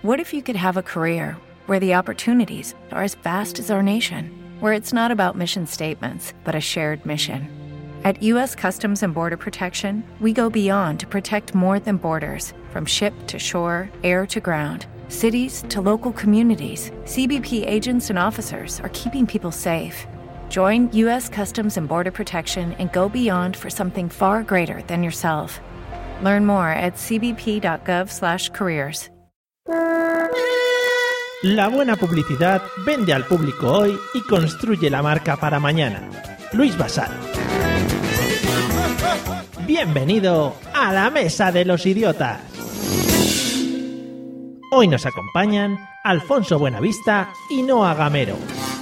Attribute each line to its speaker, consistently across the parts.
Speaker 1: What if you could have a career where the opportunities are as vast as our nation, where it's not about mission statements, but a shared mission? At U.S. Customs and Border Protection, we go beyond to protect more than borders. From ship to shore, air to ground, cities to local communities, CBP agents and officers are keeping people safe. Join U.S. Customs and Border Protection and go beyond for something far greater than yourself. Learn more at cbp.gov/careers.
Speaker 2: La buena publicidad vende al público hoy y construye la marca para mañana. Luis Basal. Bienvenido a la Mesa de los Idiotas. Hoy nos acompañan Alfonso Buenavista y Noa Gamero.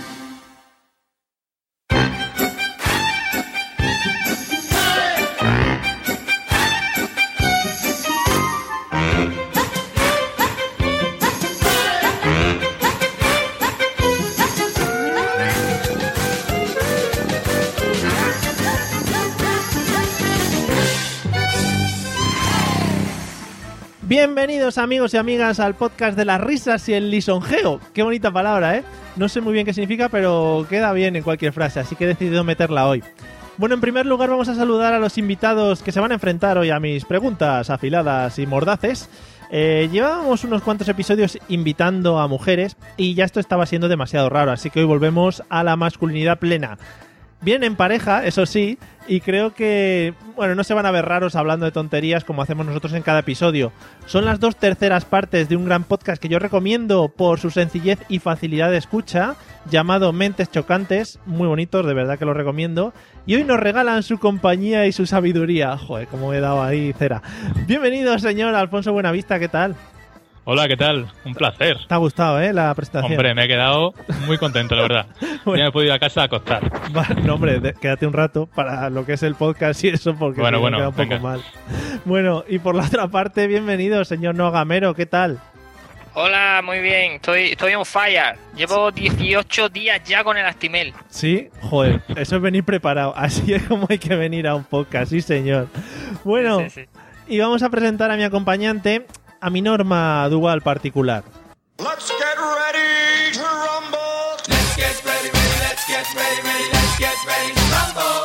Speaker 2: Bienvenidos amigos y amigas al podcast de las risas y el lisonjeo. Qué bonita palabra, ¿eh? No sé muy bien qué significa, pero queda bien en cualquier frase, así que he decidido meterla hoy. Bueno, en primer lugar vamos a saludar a los invitados que se van a enfrentar hoy a mis preguntas afiladas y mordaces. Llevábamos unos cuantos episodios invitando a mujeres y ya esto estaba siendo demasiado raro, así que hoy volvemos a la masculinidad plena. Vienen en pareja, eso sí, y creo que, bueno, no se van a ver raros hablando de tonterías como hacemos nosotros en cada episodio. Son las 2/3 partes de un gran podcast que yo recomiendo por su sencillez y facilidad de escucha, llamado Mentes Chocantes, muy bonitos, de verdad que lo recomiendo. Y hoy nos regalan su compañía y su sabiduría. Joder, cómo me he dado ahí cera. Bienvenido, señor Alfonso Buenavista, ¿qué tal?
Speaker 3: Hola, ¿qué tal? Un placer.
Speaker 2: ¿Te ha gustado, la presentación?
Speaker 3: Hombre, me he quedado muy contento, la verdad. Bueno, ya me he podido ir a casa a acostar.
Speaker 2: No, hombre, quédate un rato para lo que es el podcast y eso, porque
Speaker 3: bueno,
Speaker 2: me queda un poco mal. Bueno, y por la otra parte, bienvenido, señor Noa Gamero, ¿qué tal?
Speaker 4: Hola, muy bien. Estoy on fire. Llevo 18 días ya con el Actimel.
Speaker 2: Sí, joder, eso es venir preparado. Así es como hay que venir a un podcast, sí, señor. Bueno, sí. Y vamos a presentar a mi acompañante, a mi Norma Dual particular.
Speaker 5: Let's get ready to rumble. Let's get ready, let's get ready, let's get ready to rumble.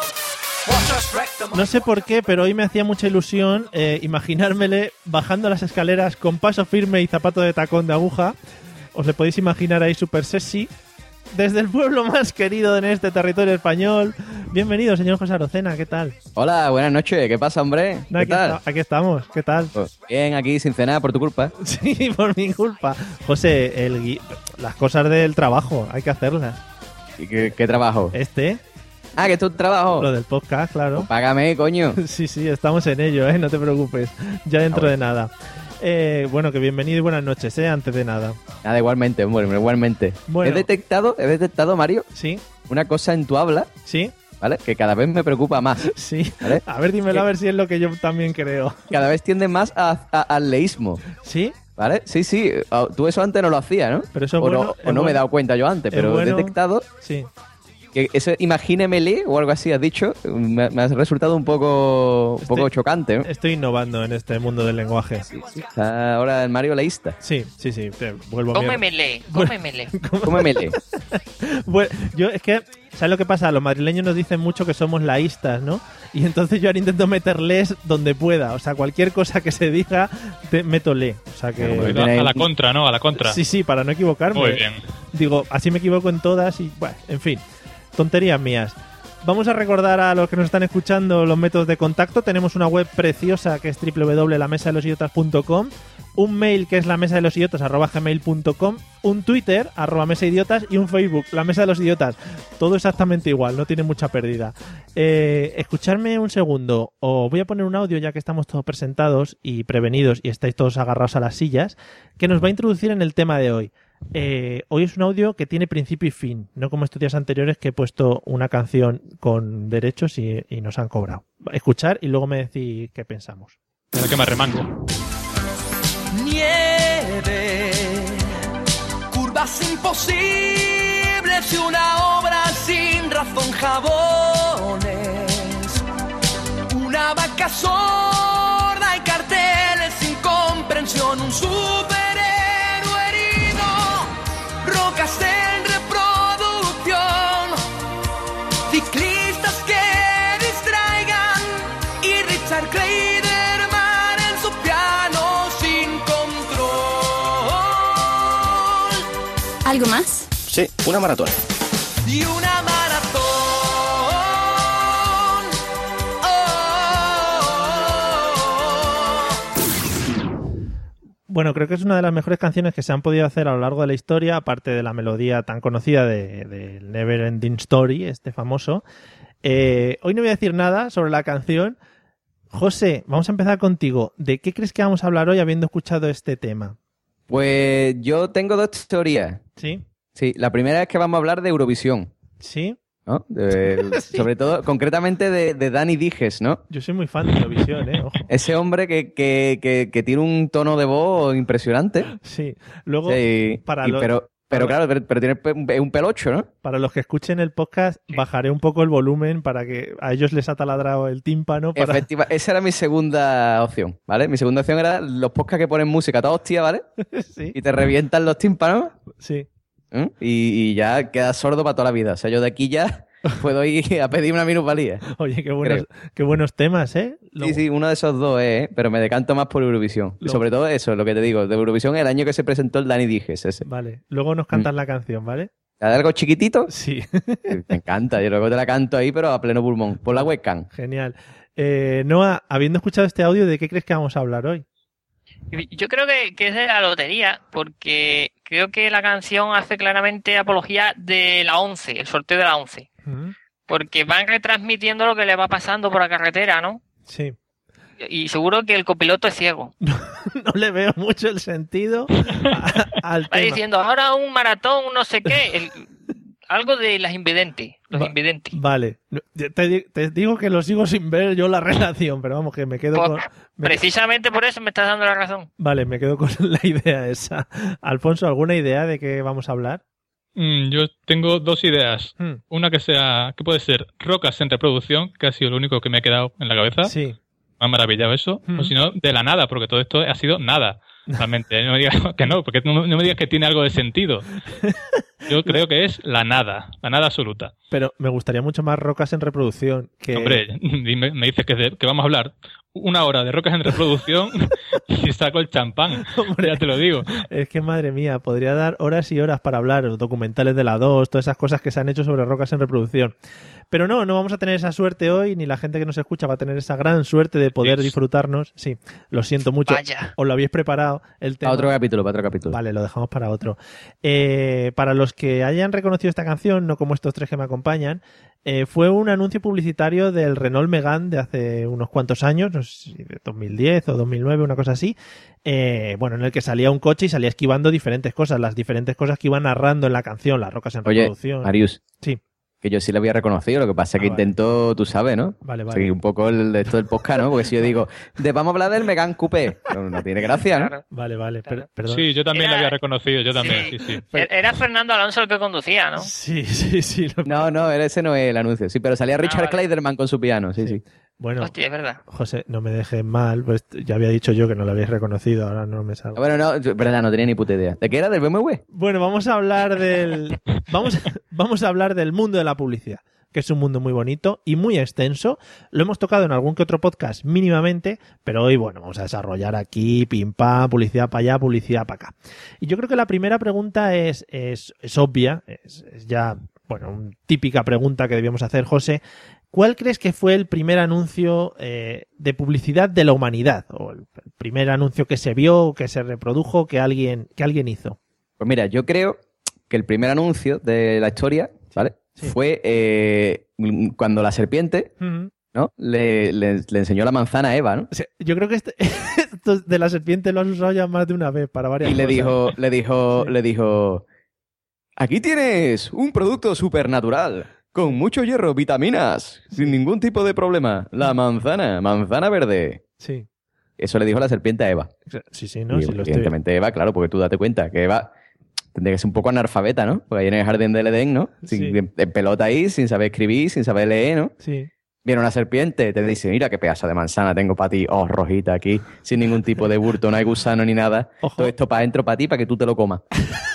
Speaker 2: No sé por qué, pero hoy me hacía mucha ilusión imaginármele bajando las escaleras con paso firme y zapato de tacón de aguja. Os le podéis imaginar ahí súper sexy. Desde el pueblo más querido en este territorio español. Bienvenido, señor José Arocena, ¿qué tal?
Speaker 6: Hola, buenas noches, ¿qué pasa, hombre? ¿Qué tal?
Speaker 2: Aquí estamos, ¿qué tal?
Speaker 6: Pues bien, aquí sin cenar por tu culpa.
Speaker 2: Sí, por mi culpa. José, las cosas del trabajo, hay que hacerlas.
Speaker 6: ¿Y qué trabajo? Ah, que esto es un trabajo.
Speaker 2: Lo del podcast, claro.
Speaker 6: Pues págame, coño.
Speaker 2: Sí, estamos en ello, no te preocupes. Ya dentro de nada. Bueno, que bienvenido y buenas noches, antes de nada.
Speaker 6: Nada, igualmente, hombre, igualmente. Bueno. He detectado, Mario,
Speaker 2: ¿sí?
Speaker 6: Una cosa en tu habla,
Speaker 2: ¿sí?
Speaker 6: ¿Vale? Que cada vez me preocupa más.
Speaker 2: Sí,
Speaker 6: ¿vale?
Speaker 2: A ver, dímelo, a ver si es lo que yo también creo.
Speaker 6: Cada vez tiende más al leísmo.
Speaker 2: ¿Sí?
Speaker 6: ¿Vale? Sí, tú eso antes no lo hacías, ¿no?
Speaker 2: Pero eso es bueno,
Speaker 6: o no me he dado cuenta yo antes, pero
Speaker 2: bueno,
Speaker 6: he detectado...
Speaker 2: Sí.
Speaker 6: Que eso, imagínemele o algo así, has dicho, me ha resultado un poco chocante, ¿no?
Speaker 2: Estoy innovando en este mundo del lenguaje.
Speaker 6: Sí. Ahora el Mario leísta.
Speaker 2: Sí. Vuelvo a
Speaker 4: Cómemele.
Speaker 2: Bueno, yo es que, ¿sabes lo que pasa? Los madrileños nos dicen mucho que somos laístas, ¿no? Y entonces yo ahora intento meterles donde pueda. O sea, cualquier cosa que se diga, meto le. O sea que...
Speaker 3: A la contra, ¿no? A la contra.
Speaker 2: Sí, para no equivocarme.
Speaker 3: Muy bien.
Speaker 2: Digo, así me equivoco en todas y, bueno, en fin. Tonterías mías. Vamos a recordar a los que nos están escuchando los métodos de contacto. Tenemos una web preciosa que es www.lamesadelosidiotas.com, un mail que es lamesadelosidiotas@gmail.com, un Twitter @mesaidiotas y un Facebook, La Mesa de los Idiotas. Todo exactamente igual, no tiene mucha pérdida. Escuchadme un segundo, o voy a poner un audio ya que estamos todos presentados y prevenidos y estáis todos agarrados a las sillas, que nos va a introducir en el tema de hoy. Hoy es un audio que tiene principio y fin, no como estos días anteriores que he puesto una canción con derechos y nos han cobrado. Escuchar y luego me decís qué pensamos.
Speaker 3: Espera que me remango.
Speaker 7: Nieve, curvas imposibles y una obra sin razón, jabones, una vaca sorda y carteles sin comprensión, un superhéroe
Speaker 8: ¿Algo más?
Speaker 9: Sí, una maratón.
Speaker 7: Y una maratón.
Speaker 2: Bueno, creo que es una de las mejores canciones que se han podido hacer a lo largo de la historia, aparte de la melodía tan conocida de Never Ending Story, este famoso. Hoy no voy a decir nada sobre la canción. José, vamos a empezar contigo. ¿De qué crees que vamos a hablar hoy habiendo escuchado este tema?
Speaker 6: Pues yo tengo dos teorías.
Speaker 2: ¿Sí?
Speaker 6: Sí, la primera es que vamos a hablar de Eurovisión,
Speaker 2: ¿Sí?
Speaker 6: ¿no?
Speaker 2: Sí.
Speaker 6: Sobre todo, concretamente de Dani Dijes, ¿no?
Speaker 2: Yo soy muy fan de Eurovisión, Ojo.
Speaker 6: Ese hombre que tiene un tono de voz impresionante.
Speaker 2: Sí. Luego,
Speaker 6: Sí,
Speaker 2: para
Speaker 6: y
Speaker 2: los...
Speaker 6: pero claro, pero tiene un pelocho, ¿no?
Speaker 2: Para los que escuchen el podcast, bajaré un poco el volumen para que a ellos les ha taladrado el tímpano.
Speaker 6: Esa era mi segunda opción, ¿vale? Mi segunda opción era los podcasts que ponen música toda hostia, ¿vale?
Speaker 2: Sí.
Speaker 6: Y te revientan los tímpanos.
Speaker 2: Sí.
Speaker 6: Y ya quedas sordo para toda la vida. O sea, yo de aquí ya puedo ir a pedir una minusvalía.
Speaker 2: Oye, qué buenos temas, ¿eh?
Speaker 6: Sí, uno de esos dos, pero me decanto más por Eurovisión. Y sobre todo eso, lo que te digo, de Eurovisión el año que se presentó el Dani Dijes ese.
Speaker 2: Vale, luego nos cantas la canción, ¿vale?
Speaker 6: ¿Te da algo chiquitito?
Speaker 2: Sí.
Speaker 6: Me encanta, yo luego te la canto ahí, pero a pleno pulmón, por la webcam.
Speaker 2: Genial. Noah, habiendo escuchado este audio, ¿de qué crees que vamos a hablar hoy?
Speaker 4: Yo creo que es de la lotería, porque creo que la canción hace claramente apología de la 11, el sorteo de la 11. Porque van retransmitiendo lo que le va pasando por la carretera, ¿no?
Speaker 2: Sí.
Speaker 4: Y seguro que el copiloto es ciego.
Speaker 2: No le veo mucho el sentido al
Speaker 4: Va
Speaker 2: tema.
Speaker 4: diciendo, ahora un maratón, no sé qué. Algo de las invidentes. Los invidentes.
Speaker 2: Vale. Te digo que lo sigo sin ver yo la relación, pero vamos, que me quedo con...
Speaker 4: Precisamente por eso me estás dando la razón.
Speaker 2: Vale, me quedo con la idea esa. Alfonso, ¿alguna idea de qué vamos a hablar?
Speaker 3: Yo tengo dos ideas. Una que puede ser rocas en reproducción, que ha sido lo único que me ha quedado en la cabeza.
Speaker 2: Sí.
Speaker 3: Me ha maravillado eso. O si no, de la nada, porque todo esto ha sido nada. Realmente, no me digas que no, porque no me digas que tiene algo de sentido. Yo creo que es la nada absoluta.
Speaker 2: Pero me gustaría mucho más rocas en reproducción. Que...
Speaker 3: Hombre, me dices que vamos a hablar una hora de rocas en reproducción y saco el champán. Hombre, ya te lo digo.
Speaker 2: Es que, madre mía, podría dar horas y horas para hablar, los documentales de la 2, todas esas cosas que se han hecho sobre rocas en reproducción. Pero no vamos a tener esa suerte hoy, ni la gente que nos escucha va a tener esa gran suerte de poder disfrutarnos. Sí, lo siento mucho.
Speaker 4: Vaya.
Speaker 2: Os lo habéis preparado el tema.
Speaker 6: Para otro capítulo.
Speaker 2: Vale, lo dejamos para otro. Para los que hayan reconocido esta canción, no como estos tres que me acompañan, fue un anuncio publicitario del Renault Megane de hace unos cuantos años, no sé si de 2010 o 2009, una cosa así, en el que salía un coche y salía esquivando diferentes cosas, las diferentes cosas que iban narrando en la canción, las rocas en reproducción.
Speaker 6: Oye, Marius.
Speaker 2: Sí.
Speaker 6: Que yo sí lo había reconocido, lo que pasa es que intento, tú sabes, ¿no?
Speaker 2: Vale.
Speaker 6: Seguir un poco esto del podcast, ¿no? Porque si yo digo, vamos a hablar del Megane Coupé, no tiene gracia, ¿no?
Speaker 2: Vale, perdón.
Speaker 3: Sí, yo también lo había reconocido, yo también, sí.
Speaker 4: Era Fernando Alonso el que conducía, ¿no?
Speaker 2: Sí.
Speaker 6: No, ese no es el anuncio, sí, pero salía Richard Clayderman con su piano, sí.
Speaker 2: Bueno,
Speaker 4: hostia, es verdad.
Speaker 2: José, no me dejes mal, pues ya había dicho yo que no lo habéis reconocido, ahora no me salgo.
Speaker 6: Bueno, verdad, no tenía ni puta idea. ¿De qué era? ¿Del BMW?
Speaker 2: Bueno, vamos a hablar vamos a hablar del mundo de la publicidad, que es un mundo muy bonito y muy extenso. Lo hemos tocado en algún que otro podcast mínimamente, pero hoy, vamos a desarrollar aquí, pim pam, publicidad para allá, publicidad para acá. Y yo creo que la primera pregunta es obvia, es ya, una típica pregunta que debíamos hacer, José. ¿Cuál crees que fue el primer anuncio de publicidad de la humanidad? O el primer anuncio que se vio, que se reprodujo, que alguien hizo.
Speaker 6: Pues mira, yo creo que el primer anuncio de la historia, ¿vale? Sí. Fue cuando la serpiente, ¿no? Le enseñó la manzana a Eva, ¿no?
Speaker 2: O sea, yo creo que esto de la serpiente lo has usado ya más de una vez para varias cosas.
Speaker 6: Y le dijo, aquí tienes un producto supernatural. Con mucho hierro, vitaminas, sin ningún tipo de problema. La manzana verde.
Speaker 2: Sí.
Speaker 6: Eso le dijo la serpiente a Eva.
Speaker 2: Sí, ¿no?
Speaker 6: Y evidentemente Eva, claro, porque tú date cuenta que Eva tendría que ser un poco analfabeta, ¿no? Porque ahí en el jardín del Edén, ¿no? En pelota ahí, sin saber escribir, sin saber leer, ¿no?
Speaker 2: Sí.
Speaker 6: Viene una serpiente, te dice, mira qué pedazo de manzana tengo para ti, rojita aquí, sin ningún tipo de burto, no hay gusano ni nada. Ojo. Todo esto para adentro para ti, para que tú te lo comas.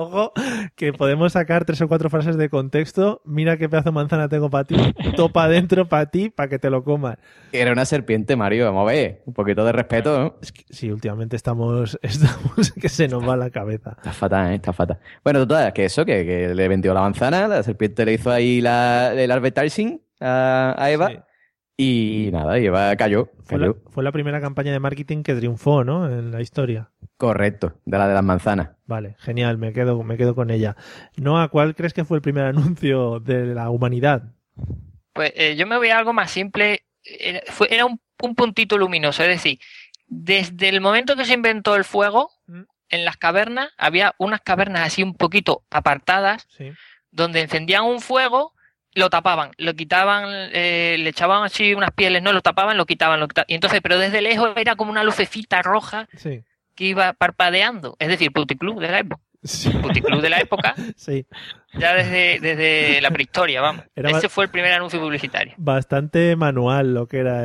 Speaker 2: Ojo, que podemos sacar 3 o 4 frases de contexto. Mira qué pedazo de manzana tengo para ti. Topa adentro para ti, para que te lo comas.
Speaker 6: Era una serpiente, Mario. Vamos a ver. Un poquito de respeto, ¿no?
Speaker 2: Es que, sí, últimamente estamos que se nos va la cabeza.
Speaker 6: Está fatal, ¿eh? Está fatal. Bueno, total, que eso, que le vendió la manzana, la serpiente le hizo ahí el advertising a Eva.
Speaker 2: Sí.
Speaker 6: Y nada, y Eva cayó.
Speaker 2: Fue la primera campaña de marketing que triunfó, ¿no? En la historia.
Speaker 6: Correcto, de las manzanas.
Speaker 2: Vale, genial, me quedo con ella. Noa, ¿cuál crees que fue el primer anuncio de la humanidad?
Speaker 4: Pues yo me voy a algo más simple. Era un puntito luminoso, es decir, desde el momento que se inventó el fuego, en las cavernas, había unas cavernas así un poquito apartadas,
Speaker 2: Sí.
Speaker 4: donde encendían un fuego, lo tapaban, lo quitaban, le echaban así unas pieles, no, lo tapaban, lo quitaban. Y entonces, pero desde lejos era como una lucecita roja
Speaker 2: Sí.
Speaker 4: que iba parpadeando, es decir, puticlub de la época.
Speaker 2: Sí.
Speaker 4: Puticlub de la época,
Speaker 2: Sí.
Speaker 4: ya desde la prehistoria, vamos.
Speaker 2: Era
Speaker 4: Ese fue el primer anuncio publicitario.
Speaker 2: Bastante manual lo que era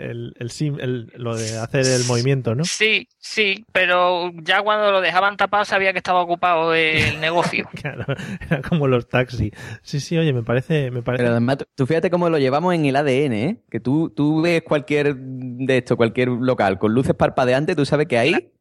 Speaker 2: lo de hacer el movimiento, ¿no?
Speaker 4: Sí, pero ya cuando lo dejaban tapado sabía que estaba ocupado el negocio.
Speaker 2: Claro, era como los taxis. Sí, oye, me parece.
Speaker 6: Pero además, tú fíjate cómo lo llevamos en el ADN, ¿eh? Que tú ves cualquier local con luces parpadeantes, tú sabes que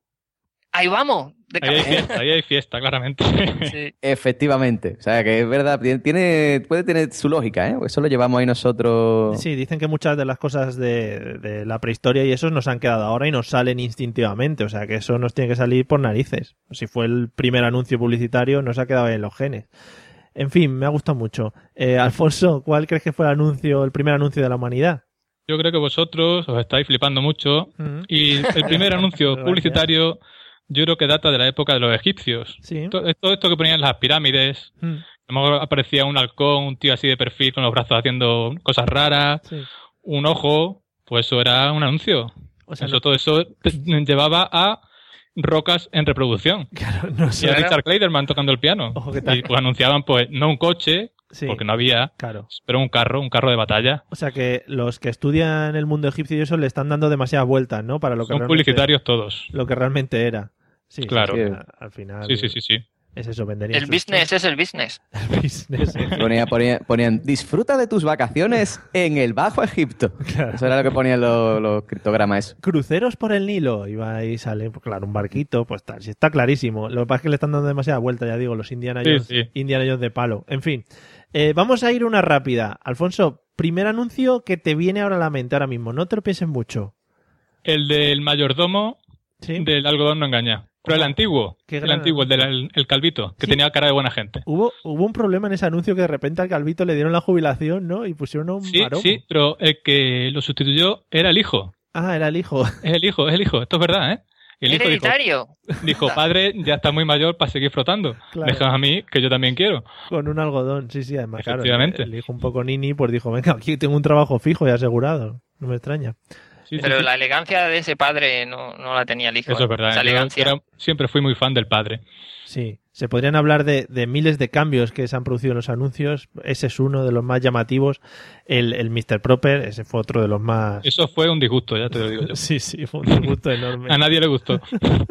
Speaker 4: Ahí vamos.
Speaker 3: Ahí hay fiesta, claramente.
Speaker 4: Sí.
Speaker 6: efectivamente. O sea, que es verdad, puede tener su lógica, ¿eh? Eso lo llevamos ahí nosotros.
Speaker 2: Sí, dicen que muchas de las cosas de la prehistoria y eso nos han quedado ahora y nos salen instintivamente. O sea, que eso nos tiene que salir por narices. Si fue el primer anuncio publicitario, nos ha quedado en los genes. En fin, me ha gustado mucho. Alfonso, ¿cuál crees que fue el primer anuncio de la humanidad?
Speaker 3: Yo creo que vosotros os estáis flipando mucho. Y el primer anuncio
Speaker 2: Gracias.
Speaker 3: publicitario, yo creo que data de la época de los egipcios.
Speaker 2: Sí.
Speaker 3: Todo esto que ponían en las pirámides. A lo mejor aparecía un halcón, un tío así de perfil con los brazos haciendo cosas raras,
Speaker 2: Sí.
Speaker 3: un ojo, pues eso era un anuncio.
Speaker 2: O sea,
Speaker 3: Todo eso llevaba a rocas en reproducción.
Speaker 2: Claro, no
Speaker 3: Y
Speaker 2: sé.
Speaker 3: a Richard Clayderman tocando el piano.
Speaker 2: Ojo, ¿qué tal?
Speaker 3: Y pues anunciaban, pues, no un coche,
Speaker 2: Sí,
Speaker 3: porque no había,
Speaker 2: claro.
Speaker 3: pero un carro de batalla.
Speaker 2: O sea que los que estudian el mundo egipcio y eso le están dando demasiadas vueltas, ¿no? Para lo que
Speaker 3: Son
Speaker 2: realmente,
Speaker 3: publicitarios todos.
Speaker 2: lo que realmente era. Sí,
Speaker 3: Claro.
Speaker 2: sí, al final.
Speaker 3: Sí.
Speaker 2: Es eso, vendería.
Speaker 4: El business es el business.
Speaker 2: El business.
Speaker 6: Ponían, disfruta de tus vacaciones en el Bajo Egipto.
Speaker 2: Claro.
Speaker 6: Eso era lo que ponían los criptogramas. Eso.
Speaker 2: Cruceros por el Nilo. Y va y sale, pues claro, un barquito, pues tal. Sí, está clarísimo. Lo que pasa es que le están dando demasiada vuelta, ya digo, los Indiana Jones,
Speaker 3: Sí.
Speaker 2: Indiana Jones de palo. En fin, vamos a ir una rápida. Alfonso, primer anuncio que te viene ahora a la mente ahora mismo. No te lo pienses mucho.
Speaker 3: El del mayordomo
Speaker 2: ¿Sí?
Speaker 3: del algodón no engaña. Pero el antiguo,
Speaker 2: Qué
Speaker 3: el
Speaker 2: gran
Speaker 3: antiguo, el del calvito, que
Speaker 2: Sí.
Speaker 3: tenía cara de buena gente.
Speaker 2: Hubo un problema en ese anuncio que de repente al Calvito le dieron la jubilación, ¿no? Y pusieron un maromo.
Speaker 3: Sí, pero el que lo sustituyó era el hijo.
Speaker 2: Ah, era el hijo.
Speaker 3: Es el hijo. Esto es verdad, ¿eh? Y el hijo
Speaker 4: Hereditario.
Speaker 3: dijo, padre, ya está muy mayor para seguir frotando.
Speaker 2: Claro.
Speaker 3: Déjame a mí, que yo también quiero.
Speaker 2: Con un algodón, sí, además, claro.
Speaker 3: Efectivamente.
Speaker 2: El hijo un poco nini, pues dijo, venga, aquí tengo un trabajo fijo y asegurado. No me extraña.
Speaker 3: Sí,
Speaker 4: Pero la elegancia de ese padre no la tenía el hijo.
Speaker 3: Eso es verdad.
Speaker 4: Esa elegancia.
Speaker 3: Siempre fui muy fan del padre.
Speaker 2: Sí, se podrían hablar de miles de cambios que se han producido en los anuncios. Ese es uno de los más llamativos. El Mr. Proper, ese fue otro de los más...
Speaker 3: Eso fue un disgusto, ya te lo digo yo.
Speaker 2: Sí, fue un disgusto enorme.
Speaker 3: A nadie le gustó.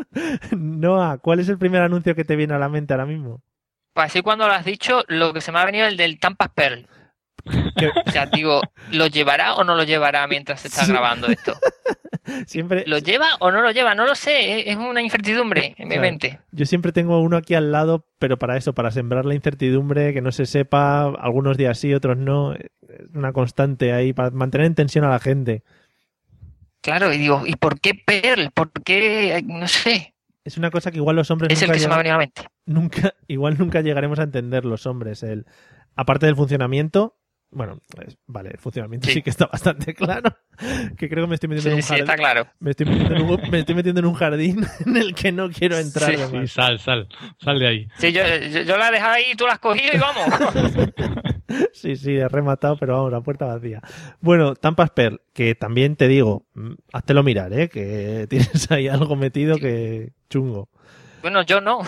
Speaker 2: Noah, ¿cuál es el primer anuncio que te viene a la mente ahora mismo?
Speaker 4: Pues así cuando lo has dicho, lo que se me ha venido es el del Tampas Pearl. O sea, digo, ¿lo llevará o no lo llevará mientras se está
Speaker 2: Sí.
Speaker 4: grabando esto?
Speaker 2: Siempre...
Speaker 4: ¿Lo lleva o no lo lleva? No lo sé, es una incertidumbre en mi
Speaker 2: Claro.
Speaker 4: mente.
Speaker 2: Yo siempre tengo uno aquí al lado, pero para eso, para sembrar la incertidumbre, que no se sepa, algunos días sí, otros no. Es una constante ahí, para mantener en tensión a la gente.
Speaker 4: Claro, y digo, ¿y por qué Pearl? ¿Por qué? No sé.
Speaker 2: Es una cosa que igual los hombres
Speaker 4: Es el
Speaker 2: nunca,
Speaker 4: que se me ha venido a la mente.
Speaker 2: nunca llegaremos a entender los hombres. Aparte del funcionamiento, bueno, vale, el funcionamiento sí.
Speaker 4: Sí.
Speaker 2: Que está bastante claro, que creo que me estoy metiendo en un
Speaker 4: Sí,
Speaker 2: jardín.
Speaker 4: está claro.
Speaker 2: Me estoy metiendo en un jardín en el que no quiero entrar.
Speaker 4: Sí.
Speaker 2: además.
Speaker 3: Sí, sal de ahí.
Speaker 4: Sí, yo la he dejado ahí, tú la has cogido y vamos.
Speaker 2: Sí, he rematado, pero vamos, la puerta vacía. Bueno, Tampas Pearl, que también te digo, háztelo mirar, que tienes ahí algo metido que chungo.
Speaker 4: Bueno, yo no.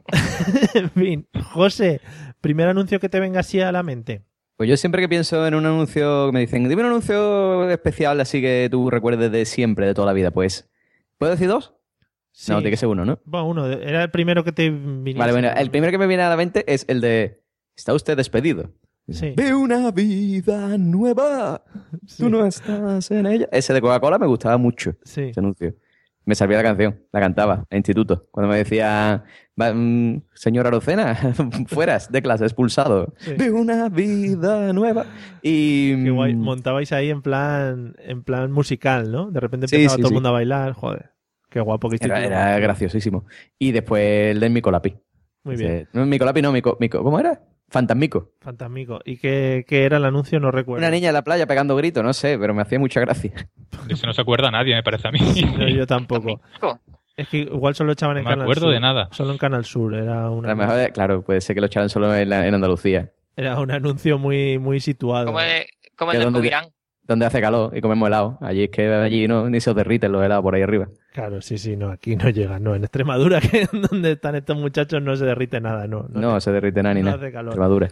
Speaker 2: En fin, José, primer anuncio que te venga así a la mente.
Speaker 6: Pues yo siempre que pienso en un anuncio, me dicen, dime un anuncio especial así que tú recuerdes de siempre, de toda la vida, pues, ¿puedo decir dos?
Speaker 2: Sí.
Speaker 6: No, tiene que ser uno, ¿no?
Speaker 2: Bueno, uno. Era el primero que te viniese.
Speaker 6: Vale, bueno, el primero que me viene a la mente es el de ¿está usted despedido?
Speaker 2: Sí.
Speaker 6: De una vida nueva.
Speaker 2: Sí.
Speaker 6: Tú no estás en ella. Ese de Coca-Cola me gustaba mucho,
Speaker 2: Sí.
Speaker 6: ese anuncio. Me servía la canción, la cantaba en instituto. Cuando me decía, señora Arocena, fueras de clase, expulsado.
Speaker 2: Sí.
Speaker 6: De una vida nueva. Y
Speaker 2: Qué guay. Montabais ahí en plan musical, ¿no? De repente
Speaker 6: Sí,
Speaker 2: empezaba
Speaker 6: sí,
Speaker 2: todo el
Speaker 6: sí.
Speaker 2: mundo a bailar. Joder. Qué guapo que
Speaker 6: era graciosísimo. Y después el del Micolapi.
Speaker 2: Muy bien.
Speaker 6: No, Micolapi no, ¿cómo era? Fantasmico.
Speaker 2: Fantasmico. ¿Y qué era el anuncio? No recuerdo.
Speaker 6: Una niña en la playa pegando gritos, no sé, pero me hacía mucha gracia.
Speaker 3: De eso no se acuerda nadie, me parece a mí.
Speaker 2: No, yo tampoco. Es que igual solo echaban en
Speaker 3: No me
Speaker 2: Canal
Speaker 3: acuerdo
Speaker 2: Sur.
Speaker 6: ¿eh?
Speaker 3: de nada.
Speaker 2: Solo en Canal Sur. Era
Speaker 6: A lo mejor, claro, puede ser que lo echaran solo en Andalucía.
Speaker 2: Era un anuncio muy, muy situado.
Speaker 4: Como el
Speaker 6: ¿De
Speaker 4: del
Speaker 6: dónde-
Speaker 4: Covirán.
Speaker 6: Donde hace calor y comemos helado. Allí es que allí no, ni se os derriten los helados por ahí arriba.
Speaker 2: Claro, sí, no, aquí no llega. No, en Extremadura, que es donde están estos muchachos, no se derrite nada, no.
Speaker 6: No se derrite nada ni
Speaker 2: no
Speaker 6: nada.
Speaker 2: hace calor.
Speaker 6: Extremadura.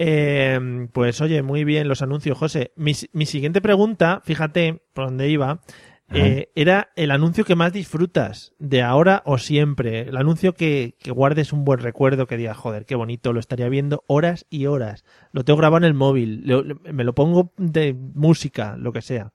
Speaker 2: Pues oye, muy bien los anuncios, José. Mi siguiente pregunta, fíjate por dónde iba, era el anuncio que más disfrutas, de ahora o siempre. El anuncio que guardes un buen recuerdo, que digas, joder, qué bonito, lo estaría viendo horas y horas. Lo tengo grabado en el móvil, me lo pongo de música, lo que sea.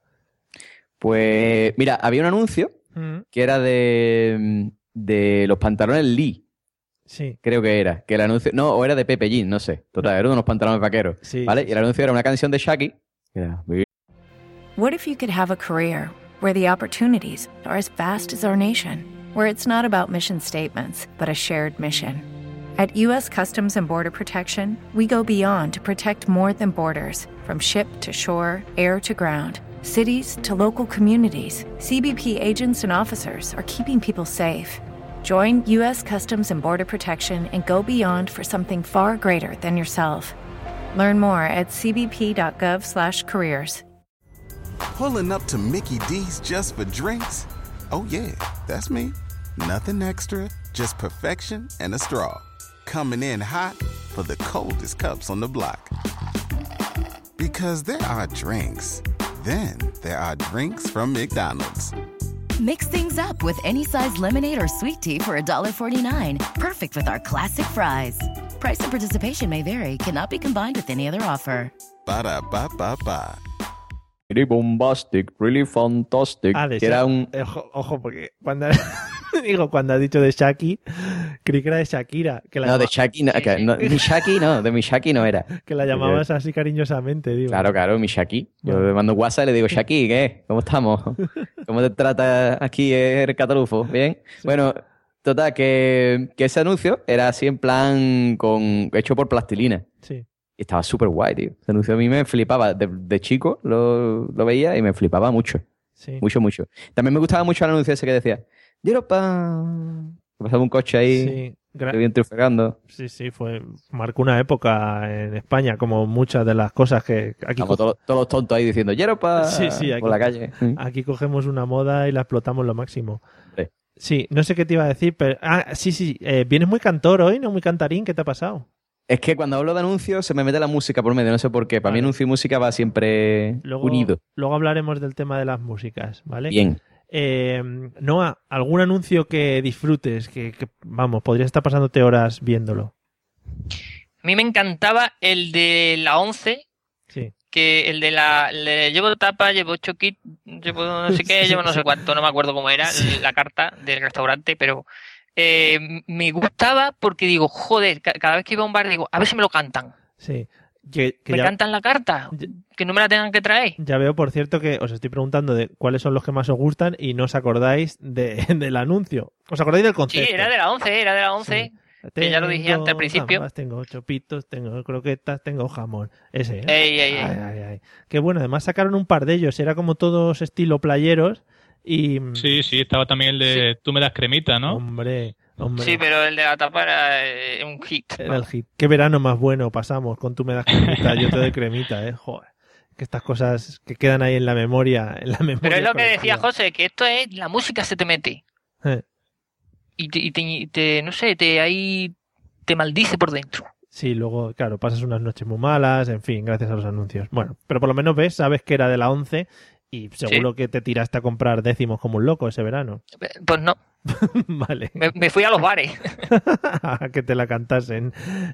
Speaker 6: Pues mira, había un anuncio que era de los pantalones Lee,
Speaker 2: Sí,
Speaker 6: creo que era. Que el anuncio, no, o era de Pepe Jean, no sé. Total, era de unos pantalones vaqueros.
Speaker 2: sí.
Speaker 6: ¿Vale?
Speaker 2: sí,
Speaker 6: Y el anuncio era una canción de Shaggy. Que era,
Speaker 1: What if you could have a career where the opportunities are as vast as our nation, where it's not about mission statements, but a shared mission? At U.S. Customs and Border Protection, we go beyond to protect more than borders, from ship to shore, air to ground, cities to local communities. CBP agents and officers are keeping people safe. Join U.S. Customs and Border Protection and go beyond for something far greater than yourself. Learn more at cbp.gov/careers.
Speaker 8: Pulling up to Mickey D's just for drinks? Oh, yeah, that's me. Nothing extra, just perfection and a straw. Coming in hot for the coldest cups on the block. Because there are drinks, then there are drinks from McDonald's.
Speaker 9: Mix things up with any size lemonade or sweet tea for $1.49. Perfect with our classic fries. Price and participation may vary. Cannot be combined with any other offer.
Speaker 8: Ba-da-ba-ba-ba.
Speaker 6: Really bombastic, really fantastic.
Speaker 2: De
Speaker 6: Que era un...
Speaker 2: Ojo, porque cuando cuando has dicho de Shaki, creí que era de Shakira. Que la
Speaker 6: No, de
Speaker 2: llama-
Speaker 6: Shaki no, Mishaki no, de Mishaki no era.
Speaker 2: que la llamabas así cariñosamente, digo.
Speaker 6: Claro, Mishaki. Yo
Speaker 2: Bueno.
Speaker 6: le mando WhatsApp y le digo, Shaki, ¿qué? ¿Cómo estamos? ¿Cómo te trata aquí el catalufo? ¿Bien? Bueno, total, que ese anuncio era así en plan hecho por plastilina.
Speaker 2: Sí.
Speaker 6: Y estaba súper guay, tío. Ese anuncio a mí me flipaba. De chico lo veía y me flipaba mucho.
Speaker 2: Sí.
Speaker 6: Mucho. También me gustaba mucho el anuncio ese que decía, Yeropa. Que pasaba un coche ahí,
Speaker 2: Sí.
Speaker 6: que bien trifegando.
Speaker 2: Sí, marcó una época en España, como muchas de las cosas que aquí,
Speaker 6: Como todos los tontos ahí diciendo, Yeropa.
Speaker 2: Sí, aquí-
Speaker 6: por la calle.
Speaker 2: aquí cogemos una moda y la explotamos lo máximo.
Speaker 6: Sí.
Speaker 2: Sí, no sé qué te iba a decir, pero... sí, vienes muy cantor hoy, ¿no? Muy cantarín, ¿qué te ha pasado?
Speaker 6: Es que cuando hablo de anuncios se me mete la música por medio, no sé por qué. Para mí
Speaker 2: Vale.
Speaker 6: anuncio y música va siempre unido.
Speaker 2: Luego hablaremos del tema de las músicas, ¿vale?
Speaker 6: Bien.
Speaker 2: Noa, ¿algún anuncio que disfrutes? Que, vamos, podrías estar pasándote horas viéndolo.
Speaker 4: A mí me encantaba el de la 11,
Speaker 2: Sí.
Speaker 4: que el de llevo tapa, llevo choquit, llevo no sé qué,
Speaker 2: Sí,
Speaker 4: llevo no
Speaker 2: sí.
Speaker 4: sé cuánto, no me acuerdo cómo era la carta del restaurante, pero me gustaba porque digo, joder, cada vez que iba a un bar digo, a ver si me lo cantan.
Speaker 2: Sí. Que
Speaker 4: ¿Me
Speaker 2: ya,
Speaker 4: cantan la carta?
Speaker 2: ya-
Speaker 4: Que no me la tengan que traer.
Speaker 2: ya veo, por cierto, que os estoy preguntando de cuáles son los que más os gustan y no os acordáis del anuncio. ¿Os acordáis del
Speaker 4: Sí,
Speaker 2: concepto?
Speaker 4: era de la 11, que ya lo dije antes al principio.
Speaker 2: Gambas, tengo chopitos, tengo croquetas, tengo jamón. Ese, ¿eh?
Speaker 4: Ey.
Speaker 2: Ay. Qué bueno, además sacaron un par de ellos, era como todos estilo playeros y...
Speaker 3: Sí, estaba también el de Tú me das cremita, ¿no?
Speaker 2: Hombre.
Speaker 4: Sí, pero el de la tapa era un hit.
Speaker 2: Era el hit. Qué verano más bueno pasamos con tú me das cremita, yo te doy cremita, Joder. Que estas cosas que quedan ahí en la memoria.
Speaker 4: Pero es lo que decía
Speaker 2: colectiva.
Speaker 4: José, que esto es, la música se te mete.
Speaker 2: Eh,
Speaker 4: Y te no sé, ahí te maldice por dentro.
Speaker 2: Sí, luego, claro, pasas unas noches muy malas, en fin, gracias a los anuncios. Bueno, pero por lo menos sabes que era de la 11 y seguro que te tiraste a comprar décimos como un loco ese verano.
Speaker 4: Pues no.
Speaker 2: Vale.
Speaker 4: Me fui a los bares.
Speaker 2: A que te la cantasen.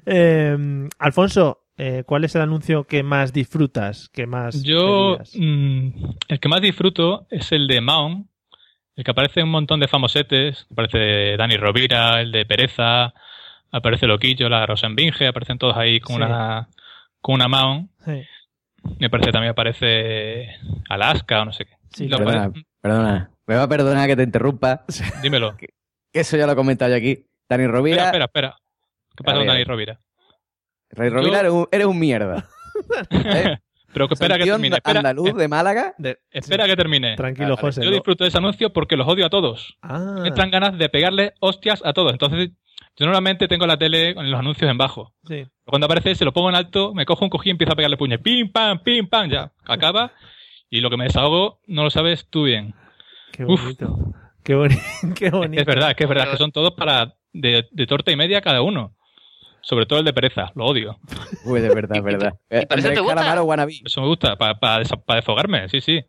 Speaker 2: Alfonso, ¿cuál es el anuncio que más disfrutas? Que más
Speaker 3: Yo,
Speaker 2: verías?
Speaker 3: el que más disfruto es el de Mahon, el que aparece un montón de famosetes. Aparece Dani Rovira, el de Pereza, aparece Loquillo, la Rosenbinge, aparecen todos ahí con
Speaker 2: Sí.
Speaker 3: una Mahon.
Speaker 2: Sí.
Speaker 3: Me parece que también aparece Alaska o no sé qué.
Speaker 2: Sí,
Speaker 3: Lo
Speaker 6: Perdona,
Speaker 3: pare-
Speaker 6: perdona. Me va a perdonar que te interrumpa.
Speaker 3: Dímelo.
Speaker 6: Que eso ya lo he comentado yo aquí. Dani Rovira.
Speaker 3: Espera. ¿Qué pasa
Speaker 6: A
Speaker 3: con
Speaker 6: ver.
Speaker 3: Dani Rovira?
Speaker 6: Dani Rovira eres un mierda. ¿Eh?
Speaker 3: Pero que espera que
Speaker 6: Tío
Speaker 3: termine.
Speaker 6: andaluz de Málaga.
Speaker 3: Espera que termine.
Speaker 2: Tranquilo, José.
Speaker 3: Yo disfruto de ese anuncio porque los odio a todos.
Speaker 2: Ah,
Speaker 3: Me entran ganas de pegarle hostias a todos. Entonces, yo normalmente tengo la tele con los anuncios en bajo.
Speaker 2: sí.
Speaker 3: Cuando aparece, se lo pongo en alto, me cojo un cojín y empiezo a pegarle puños. Pim, pam, ya. Acaba. Y lo que me desahogo, no lo sabes tú bien.
Speaker 2: Qué
Speaker 3: Uf.
Speaker 2: bonito. Qué bonito.
Speaker 3: Es verdad, que son todos para de torta y media cada uno. Sobre todo el de pereza, lo odio.
Speaker 6: Uy, de verdad, es verdad.
Speaker 4: ¿Y por eso
Speaker 6: Andrés
Speaker 4: te gusta?
Speaker 6: Calamaro wannabe.
Speaker 3: Eso me gusta, para desfogarme, sí.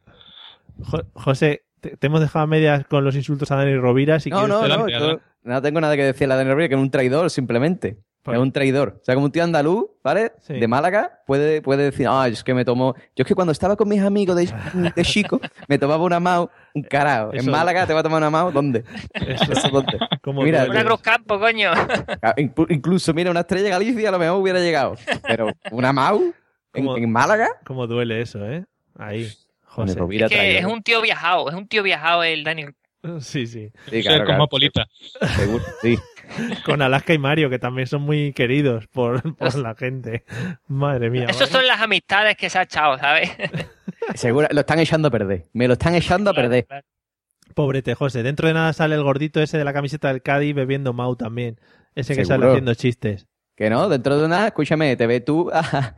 Speaker 2: José, te hemos dejado a medias con los insultos a Dani Rovira. Si
Speaker 6: No,
Speaker 2: quieres,
Speaker 6: no, no.
Speaker 3: adelante,
Speaker 6: Yo
Speaker 3: adelante.
Speaker 6: no tengo nada que decir a Dani Rovira, que es un traidor, simplemente.
Speaker 2: Pues-
Speaker 6: Es un traidor. O sea, como un tío andaluz, ¿vale?
Speaker 2: Sí.
Speaker 6: De Málaga, puede decir, es que me tomo... Yo es que cuando estaba con mis amigos de chico, me tomaba una Mau, un carajo.
Speaker 2: Eso-
Speaker 6: En Málaga te va a tomar una Mau, ¿dónde? ¿Eso dónde?
Speaker 2: ¿Cómo
Speaker 6: Mira,
Speaker 2: duele?
Speaker 4: Una Cruz Campo, coño.
Speaker 6: Incluso, mira, una Estrella Galicia a lo mejor hubiera llegado. Pero una Mau
Speaker 2: ¿Cómo?
Speaker 6: en Málaga...
Speaker 2: ¿Cómo duele eso, eh? Ahí,
Speaker 6: Dani
Speaker 2: José.
Speaker 6: Rovira
Speaker 4: Es que
Speaker 6: traidor.
Speaker 4: es un tío viajado el Dani.
Speaker 2: Sí.
Speaker 6: Sí,
Speaker 3: Sí,
Speaker 6: claro,
Speaker 3: cosmopolita.
Speaker 6: seguro, sí.
Speaker 2: Con Alaska y Mario, que también son muy queridos por la gente. Madre mía.
Speaker 4: Esas
Speaker 2: vaya.
Speaker 4: son las amistades que se ha echado, ¿sabes?
Speaker 6: Seguro, lo están echando a perder. Me lo están echando a perder.
Speaker 2: Pobrete José. Dentro de nada sale el gordito ese de la camiseta del Cádiz bebiendo Mau también. Ese que sale
Speaker 6: Seguro.
Speaker 2: haciendo chistes.
Speaker 6: Que no, dentro de nada, escúchame, te ves tú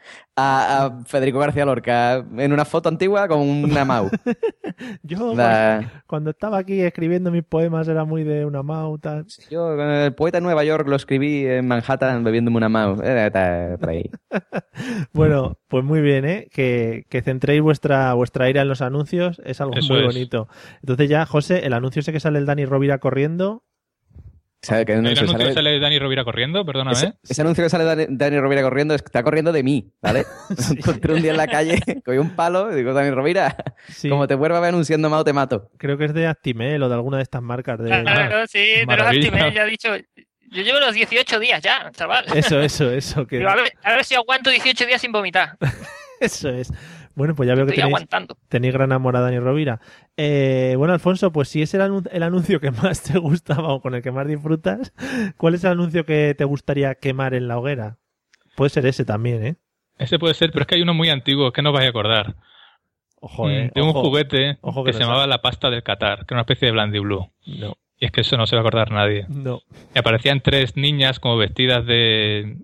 Speaker 6: a Federico García Lorca en una foto antigua con una Mau.
Speaker 2: Yo,
Speaker 6: La-
Speaker 2: cuando estaba aquí escribiendo mis poemas, era muy de una Mau, tal.
Speaker 6: Yo, el poeta de Nueva York, lo escribí en Manhattan bebiéndome una Mau. Está por ahí.
Speaker 2: Bueno, pues muy bien, ¿eh? Que centréis vuestra ira en los anuncios es algo
Speaker 3: Eso
Speaker 2: muy
Speaker 3: es.
Speaker 2: bonito. Entonces ya, José, el anuncio ese que sale el Dani Rovira corriendo.
Speaker 6: ¿Sabes qué
Speaker 3: El
Speaker 6: anuncio
Speaker 3: anuncio
Speaker 6: sale?
Speaker 3: sale Dani Rovira corriendo, perdóname.
Speaker 6: Ese anuncio que sale Dani Rovira corriendo está corriendo de mí, ¿vale? Me encontré un día en la calle, cogí un palo y digo, Dani Rovira,
Speaker 2: Sí,
Speaker 6: como te vuelva a ver anunciando Mau, te mato.
Speaker 2: creo que es de Actimel o de alguna de estas marcas. De...
Speaker 4: Claro, sí, de los
Speaker 3: maravilla.
Speaker 4: Actimel, ya he dicho. Yo llevo los 18 días ya, chaval.
Speaker 2: Eso. Que...
Speaker 4: Digo, a ver si aguanto 18 días sin vomitar.
Speaker 2: Eso es. Bueno, pues ya veo que
Speaker 4: Estoy
Speaker 2: tenéis,
Speaker 4: aguantando.
Speaker 2: tenéis gran amor a Dani Rovira. Bueno, Alfonso, pues si es el anuncio que más te gustaba o con el que más disfrutas, ¿cuál es el anuncio que te gustaría quemar en la hoguera? Puede ser ese también, ¿eh?
Speaker 3: Ese puede ser, pero es que hay uno muy antiguo que no vais a acordar.
Speaker 2: Ojo,
Speaker 3: De un
Speaker 2: ojo.
Speaker 3: juguete
Speaker 2: Ojo
Speaker 3: que
Speaker 2: que
Speaker 3: se
Speaker 2: no
Speaker 3: llamaba la pasta del Qatar, que era una especie de Blandy Blue.
Speaker 2: No,
Speaker 3: Y es que eso no se va a acordar nadie.
Speaker 2: no.
Speaker 3: Y aparecían tres niñas como vestidas de...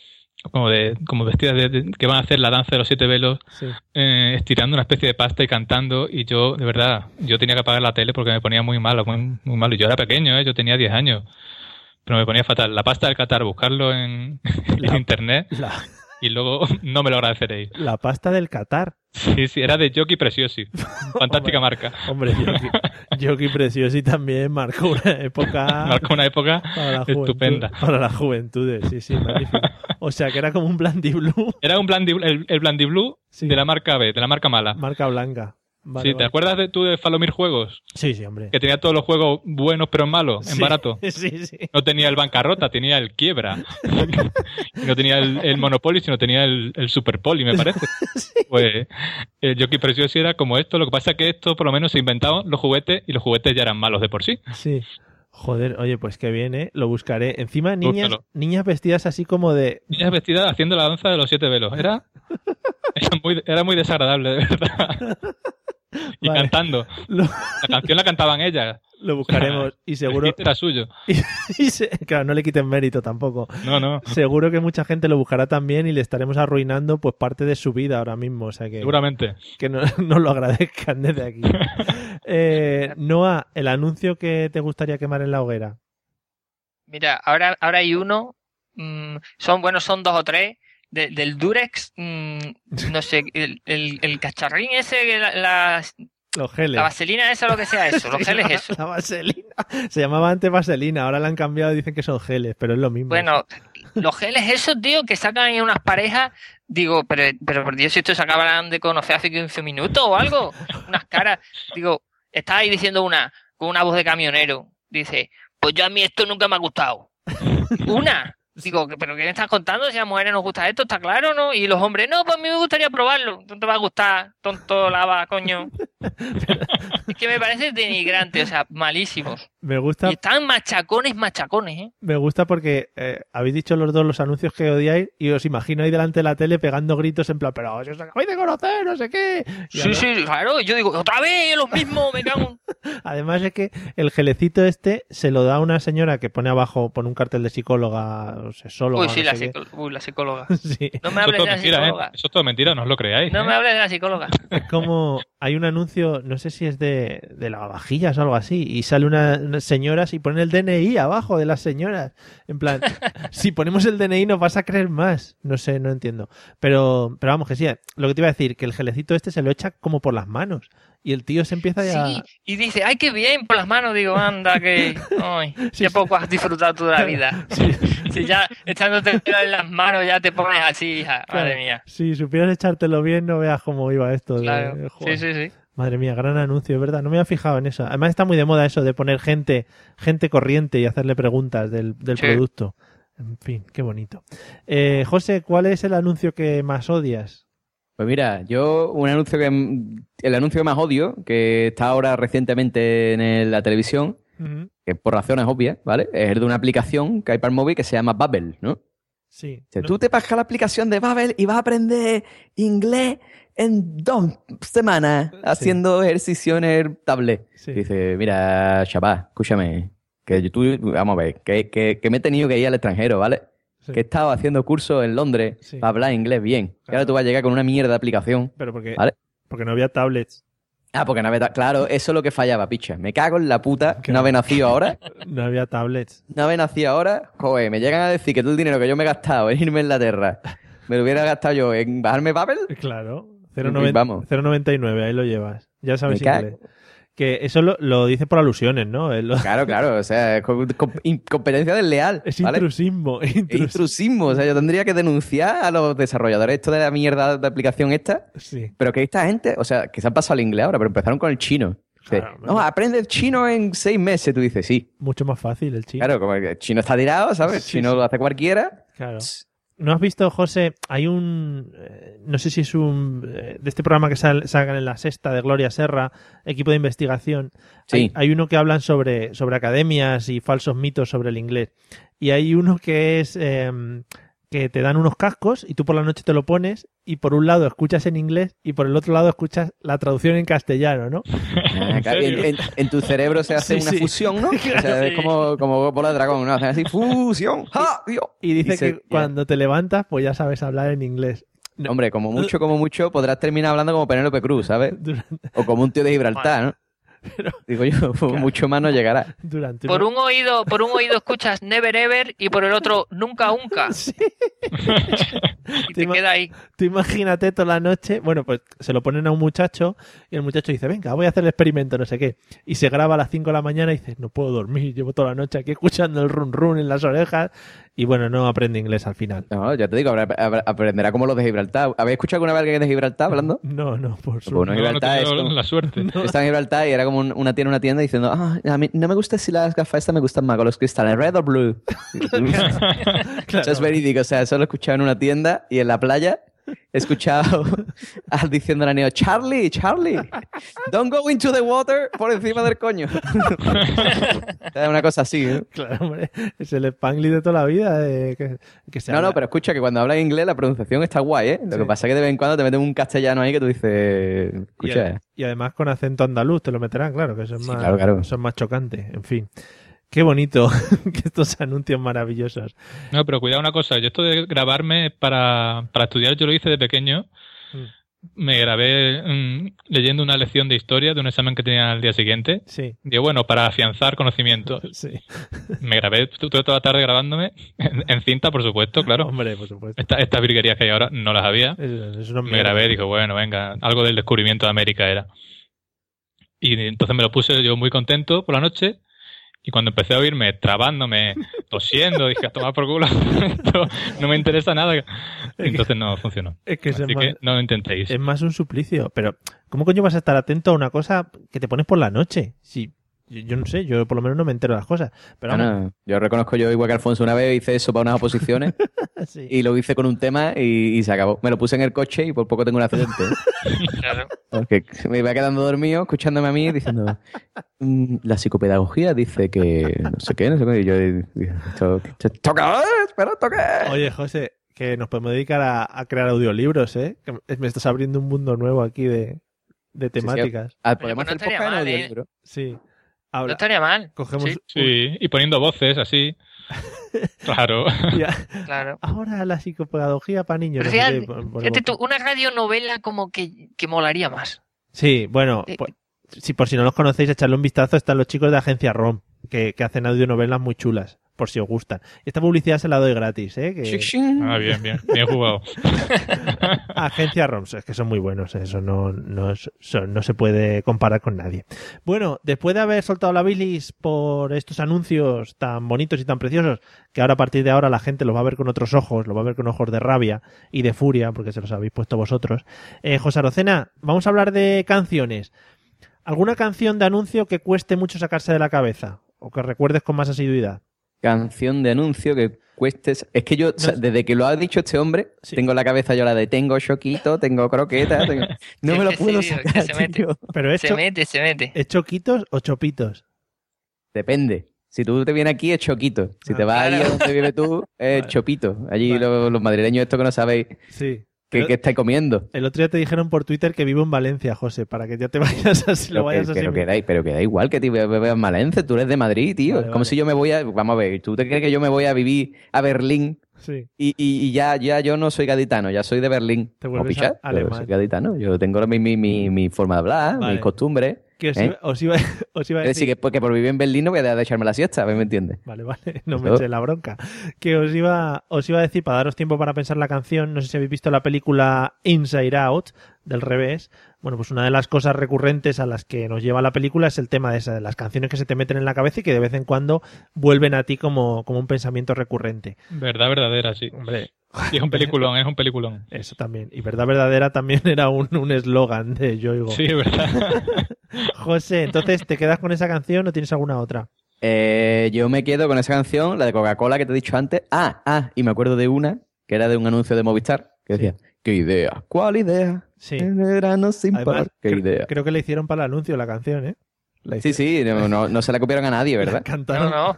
Speaker 3: Como vestidas que van a hacer la danza de los 7 velos,
Speaker 2: Sí.
Speaker 3: estirando una especie de pasta y cantando, y yo, de verdad, yo tenía que apagar la tele porque me ponía muy malo, muy malo. Y yo era pequeño, yo tenía 10 años, pero me ponía fatal. La pasta del Qatar, buscarlo en internet, y luego no me lo agradeceréis.
Speaker 2: La pasta del Qatar.
Speaker 3: Sí, era de Jockey Preciosi, fantástica marca.
Speaker 2: Hombre, Jockey Preciosi también marcó una época
Speaker 3: Marcó una época
Speaker 2: para la juventud,
Speaker 3: estupenda.
Speaker 2: para las juventudes, sí, magnífico. O sea, que era como un Blandy Blue,
Speaker 3: Era un el Blandy Blue
Speaker 2: Sí.
Speaker 3: de la marca B, de la marca mala.
Speaker 2: marca blanca. Vale,
Speaker 3: Sí, ¿te
Speaker 2: vale.
Speaker 3: acuerdas tú de Falomir Juegos?
Speaker 2: Sí, hombre.
Speaker 3: Que tenía todos los juegos buenos pero malos, en
Speaker 2: Sí,
Speaker 3: barato.
Speaker 2: Sí.
Speaker 3: No tenía el bancarrota, tenía el quiebra. Y no tenía el Monopoly, sino tenía el Superpoly, me parece. Pues el Jockey Preciosi era como esto. Lo que pasa es que esto por lo menos se inventaban los juguetes y los juguetes ya eran malos de por sí.
Speaker 2: Sí. Joder, oye, pues qué bien, ¿eh? Lo buscaré. Encima,
Speaker 3: Búscalo.
Speaker 2: niñas vestidas así como de...
Speaker 3: Niñas vestidas haciendo la danza de los 7 velos. Era muy desagradable, de verdad. Y
Speaker 2: Vale.
Speaker 3: cantando.
Speaker 2: Lo,
Speaker 3: La canción la cantaban ellas.
Speaker 2: lo buscaremos y
Speaker 3: El
Speaker 2: seguro...
Speaker 3: hit era suyo.
Speaker 2: Claro, no le quiten mérito tampoco.
Speaker 3: No.
Speaker 2: Seguro que mucha gente lo buscará también y le estaremos arruinando pues parte de su vida ahora mismo. O sea que...
Speaker 3: Seguramente.
Speaker 2: Que no lo agradezcan desde aquí. Noah, el anuncio que te gustaría quemar en la hoguera.
Speaker 4: Mira, ahora hay uno, son 2 o 3, del Durex, no sé, el cacharrín ese,
Speaker 2: Los geles.
Speaker 4: La vaselina esa, lo que sea eso. Los geles eso.
Speaker 2: La vaselina. Se llamaba antes vaselina, ahora la han cambiado y dicen que son geles, pero es lo mismo.
Speaker 4: Bueno, los geles esos, tío, que sacan ahí unas parejas, digo, pero por Dios, si estos se acabarán de conocer hace 15 minutos o algo, unas caras, digo, está ahí diciendo una, con una voz de camionero, dice, pues yo a mí esto nunca me ha gustado. Una. Digo, ¿pero qué me estás contando? Si a las mujeres nos gusta esto, ¿está claro, no? Y los hombres, no, pues a mí me gustaría probarlo. No te va a gustar, tonto lava, coño. Es que me parece denigrante, o sea, malísimos.
Speaker 2: Me gusta.
Speaker 4: Y están machacones, ¿eh?
Speaker 2: Me gusta porque habéis dicho los dos los anuncios que odiáis y os imagino ahí delante de la tele pegando gritos en plan, pero si os acabáis de conocer, no sé qué.
Speaker 4: Sí, claro. Y yo digo, otra vez, los mismos, me cago.
Speaker 2: Además es que el gelecito este se lo da una señora que pone abajo, pone un cartel de psicóloga o sexóloga.
Speaker 4: Uy, sí,
Speaker 2: no sé
Speaker 4: la psicóloga.
Speaker 2: Sí.
Speaker 4: No me hables de la psicóloga.
Speaker 3: Eso es todo mentira, no os lo creáis.
Speaker 4: No me hables de la psicóloga.
Speaker 2: Es como, hay un anuncio, no sé si es de lavavajillas o algo así, y sale unas señoras y ponen el DNI abajo de las señoras. En plan, si ponemos el DNI nos vas a creer más. No sé, no entiendo. Pero vamos, que sí, lo que te iba a decir, que el gelecito este se lo echa como por las manos. Y el tío se empieza ya...
Speaker 4: Sí, y dice, ¡ay, qué bien! Por las manos, digo, anda, que... Ay,
Speaker 2: Sí,
Speaker 4: qué
Speaker 2: sí.
Speaker 4: poco has disfrutado tú de la vida.
Speaker 2: Sí.
Speaker 4: Si ya echándote en las manos ya te pones así, hija.
Speaker 2: Claro,
Speaker 4: Madre mía.
Speaker 2: si supieras echártelo bien, no veas cómo iba esto.
Speaker 4: Claro.
Speaker 2: Joder.
Speaker 4: Sí.
Speaker 2: Madre mía, gran anuncio, es verdad. No me había fijado en eso. Además está muy de moda eso de poner gente corriente y hacerle preguntas del
Speaker 4: Sí.
Speaker 2: producto. En fin, qué bonito. José, ¿cuál es el anuncio que más odias?
Speaker 6: Pues mira, yo el anuncio que más odio, que está ahora recientemente en la televisión, que por razones obvias, ¿vale? Es el de una aplicación que hay para el móvil que se llama Babbel, ¿no?
Speaker 2: Sí.
Speaker 6: O sea, tú te bajas la aplicación de Babbel y vas a aprender inglés en 2 semanas haciendo ejercicio en el tablet.
Speaker 2: Sí.
Speaker 6: Y dice, mira, chaval, escúchame, vamos a ver, que me he tenido que ir al extranjero, ¿vale?
Speaker 2: Sí.
Speaker 6: Que he estado haciendo cursos en Londres
Speaker 2: Sí.
Speaker 6: para hablar inglés bien. Y ahora tú vas a llegar con una mierda de aplicación.
Speaker 2: Pero porque
Speaker 6: ¿Vale?
Speaker 2: no había tablets.
Speaker 6: Ah, porque no había... Claro, eso es lo que fallaba, picha. Me cago en la puta.
Speaker 2: Claro.
Speaker 6: No había nacido ahora.
Speaker 2: No había tablets.
Speaker 6: No había nacido ahora. Joder, me llegan a decir que todo el dinero que yo me he gastado en irme a Inglaterra me lo hubiera gastado yo en bajarme Babbel.
Speaker 2: Claro.
Speaker 6: Vamos.
Speaker 2: 0,99, ahí lo llevas. Ya sabes
Speaker 6: Me cago.
Speaker 2: inglés. Que eso lo dice por alusiones, ¿no?
Speaker 6: Claro. O sea, es competencia desleal.
Speaker 2: Es
Speaker 6: ¿vale?
Speaker 2: intrusismo.
Speaker 6: Es intrusismo. O sea, yo tendría que denunciar a los desarrolladores esto de la mierda de aplicación esta.
Speaker 2: Sí.
Speaker 6: Pero que esta gente, o sea, que se han pasado al inglés ahora, pero empezaron con el chino.
Speaker 2: Claro,
Speaker 6: No, aprende el chino en 6 meses. Tú dices, sí.
Speaker 2: Mucho más fácil el chino.
Speaker 6: Claro, como que el chino está tirado, ¿sabes? El
Speaker 2: Sí,
Speaker 6: chino
Speaker 2: sí.
Speaker 6: lo hace cualquiera.
Speaker 2: Claro. ¿No has visto, José? Hay un... no sé si es un... de este programa que sacan en La Sexta de Gloria Serra, equipo de investigación.
Speaker 6: Sí.
Speaker 2: Hay uno que hablan sobre academias y falsos mitos sobre el inglés. Y hay uno que es... que te dan unos cascos y tú por la noche te lo pones y por un lado escuchas en inglés y por el otro lado escuchas la traducción en castellano, ¿no?
Speaker 6: Ah, claro, en tu cerebro se hace
Speaker 2: Sí,
Speaker 6: una
Speaker 2: sí.
Speaker 6: fusión, ¿no? O sea, es como bola de dragón, ¿no? Hacen así, fusión. ¡Ja! Dios.
Speaker 2: Y dice
Speaker 6: se-
Speaker 2: que cuando te levantas pues ya sabes hablar en inglés. No.
Speaker 6: Hombre, como mucho, podrás terminar hablando como Penélope Cruz, ¿sabes? O como un tío de Gibraltar, ¿no? Digo yo, mucho más no llegará.
Speaker 2: Durante
Speaker 4: Por un oído escuchas Never Ever y por el otro Nunca Unca.
Speaker 2: Sí.
Speaker 4: Y te queda ahí.
Speaker 2: Tú imagínate toda la noche, bueno, pues se lo ponen a un muchacho y el muchacho dice, venga, voy a hacer el experimento, no sé qué. Y se graba a las 5 de la mañana y dice, no puedo dormir, llevo toda la noche aquí escuchando el run run en las orejas y bueno, no aprende inglés al final.
Speaker 6: No, ya te digo, aprenderá como los de Gibraltar. ¿Habéis escuchado alguna vez a alguien de Gibraltar hablando?
Speaker 2: No, por
Speaker 6: Pues
Speaker 2: suerte.
Speaker 6: no, Gibraltar
Speaker 3: he
Speaker 6: es
Speaker 3: tenido
Speaker 6: como-
Speaker 3: la suerte.
Speaker 6: Está en Gibraltar y era como una tienda diciendo, a mí no me gusta si las gafas estas me gustan más con los cristales, red o blue.
Speaker 2: Claro.
Speaker 6: Eso es verídico, o sea, eso lo he escuchado en una tienda y en la playa he escuchado al diciendo a la niña, Charlie, don't go into the water por encima del coño. O sea, una cosa así, ¿eh?
Speaker 2: Claro, hombre, es el Spanglish de toda la vida que se
Speaker 6: No,
Speaker 2: habla.
Speaker 6: pero escucha que cuando hablas inglés la pronunciación está guay, ¿eh? Lo
Speaker 2: Sí.
Speaker 6: que pasa es que de vez en cuando te meten un castellano ahí que tú dices, escucha,
Speaker 2: Y además con acento andaluz te lo meterán, claro, que eso es
Speaker 6: Sí,
Speaker 2: más,
Speaker 6: claro.
Speaker 2: eso es más chocante, en fin. Qué bonito que estos anuncios maravillosos.
Speaker 3: No, pero cuidado una cosa. Yo esto de grabarme para estudiar, yo lo hice de pequeño. Me grabé leyendo una lección de historia de un examen que tenía al día siguiente.
Speaker 2: Sí.
Speaker 3: Digo, bueno, para afianzar conocimientos.
Speaker 2: Sí.
Speaker 3: Me grabé toda la tarde grabándome en cinta, por supuesto, claro.
Speaker 2: Hombre, por supuesto.
Speaker 3: Estas virguerías que hay ahora no las había.
Speaker 2: Es una
Speaker 3: Me
Speaker 2: mierda.
Speaker 3: grabé y dije, bueno, venga, algo del descubrimiento de América era. Y entonces me lo puse yo muy contento por la noche. Y cuando empecé a oírme trabándome, tosiendo, dije, a tomar por culo, esto no me interesa nada. Entonces no funcionó.
Speaker 2: Es que
Speaker 3: Así que no lo intentéis.
Speaker 2: Es más un suplicio. Pero, ¿cómo coño vas a estar atento a una cosa que te pones por la noche? Si yo no sé, yo por lo menos no me entero de las cosas. Pero
Speaker 6: No, yo reconozco yo, igual que Alfonso, una vez hice eso para unas oposiciones
Speaker 2: sí.
Speaker 6: y lo hice con un tema y se acabó. Me lo puse en el coche y por poco tengo un accidente.
Speaker 4: Claro.
Speaker 6: Porque me iba quedando dormido, escuchándome a mí diciendo la psicopedagogía dice que no sé qué. Y yo dije, toca, espera, toca.
Speaker 2: Oye, José, que nos podemos dedicar a crear audiolibros, ¿eh? Que me estás abriendo un mundo nuevo aquí de temáticas.
Speaker 6: Sí. Podemos
Speaker 4: Pues no
Speaker 6: hacer
Speaker 4: estaría
Speaker 6: podcast en
Speaker 4: mal, ¿eh?
Speaker 6: audiolibro.
Speaker 2: Sí.
Speaker 4: No estaría mal.
Speaker 2: Cogemos
Speaker 3: Sí, y poniendo voces así. Claro.
Speaker 4: Claro.
Speaker 2: Ahora la psicopedagogía para niños.
Speaker 4: Pero fíjate tú, una radionovela como que molaría más.
Speaker 2: Sí, bueno, pues, si por si no los conocéis, echarle un vistazo, están los chicos de Agencia ROM, que hacen audionovelas muy chulas, por si os gustan. Esta publicidad se la doy gratis, ¿eh?
Speaker 3: Bien jugado.
Speaker 2: Agencia ROM, es que son muy buenos, eso no se puede comparar con nadie. Bueno, después de haber soltado la bilis por estos anuncios tan bonitos y tan preciosos, que ahora a partir de ahora la gente los va a ver con otros ojos, los va a ver con ojos de rabia y de furia, porque se los habéis puesto vosotros. José Arocena, vamos a hablar de canciones. ¿Alguna canción de anuncio que cueste mucho sacarse de la cabeza? ¿O que recuerdes con más asiduidad?
Speaker 6: Canción de anuncio que cuestes... Es que yo, desde que lo ha dicho este hombre, tengo en la cabeza yo la de tengo choquito, tengo croqueta... No me lo puedo sacar,
Speaker 4: se mete.
Speaker 2: Pero
Speaker 4: se mete.
Speaker 2: ¿Es choquitos o chopitos?
Speaker 6: Depende. Si tú te vienes aquí es choquito. Si te vas ahí a donde vives tú es chopito. Allí los madrileños estos que no sabéis...
Speaker 2: Sí.
Speaker 6: ¿Qué estáis comiendo?
Speaker 2: El otro día te dijeron por Twitter que vivo en Valencia, José, para que ya te vayas así, lo vayas así.
Speaker 6: Pero que da igual que te vivas en Valencia, tú eres de Madrid, tío.
Speaker 2: Vale,
Speaker 6: como si yo me voy a... Vamos a ver, ¿tú te crees que yo me voy a vivir a Berlín?
Speaker 2: Sí.
Speaker 6: Y ya yo no soy gaditano, ya soy de Berlín.
Speaker 2: Te vuelves
Speaker 6: alemán. Yo soy gaditano, yo tengo mi forma de hablar, mis costumbres.
Speaker 2: Que os iba a decir...
Speaker 6: Es decir, que por vivir en Berlín no voy a dejar de echarme la siesta, ¿me entiendes?
Speaker 2: Vale, no me eché la bronca. Que os iba a decir, para daros tiempo para pensar la canción, no sé si habéis visto la película Inside Out, del revés. Bueno, pues una de las cosas recurrentes a las que nos lleva la película es el tema de las canciones que se te meten en la cabeza y que de vez en cuando vuelven a ti como un pensamiento recurrente.
Speaker 3: Verdad verdadera, sí.
Speaker 2: Hombre...
Speaker 3: Y es un peliculón.
Speaker 2: Eso también. Y verdad verdadera también era un eslogan de Yoigo.
Speaker 3: Sí, verdad.
Speaker 2: José, entonces, ¿te quedas con esa canción o tienes alguna otra?
Speaker 6: Yo me quedo con esa canción, la de Coca-Cola que te he dicho antes. Y me acuerdo de una, que era de un anuncio de Movistar, que decía, ¿qué idea? ¿Cuál idea?
Speaker 2: Sí.
Speaker 6: El verano sin
Speaker 2: Además,
Speaker 6: par. ¿Qué idea?
Speaker 2: Creo que le hicieron para el anuncio la canción, ¿eh?
Speaker 6: Sí, no se la copiaron a nadie, ¿verdad?
Speaker 2: Cantaron.
Speaker 4: No.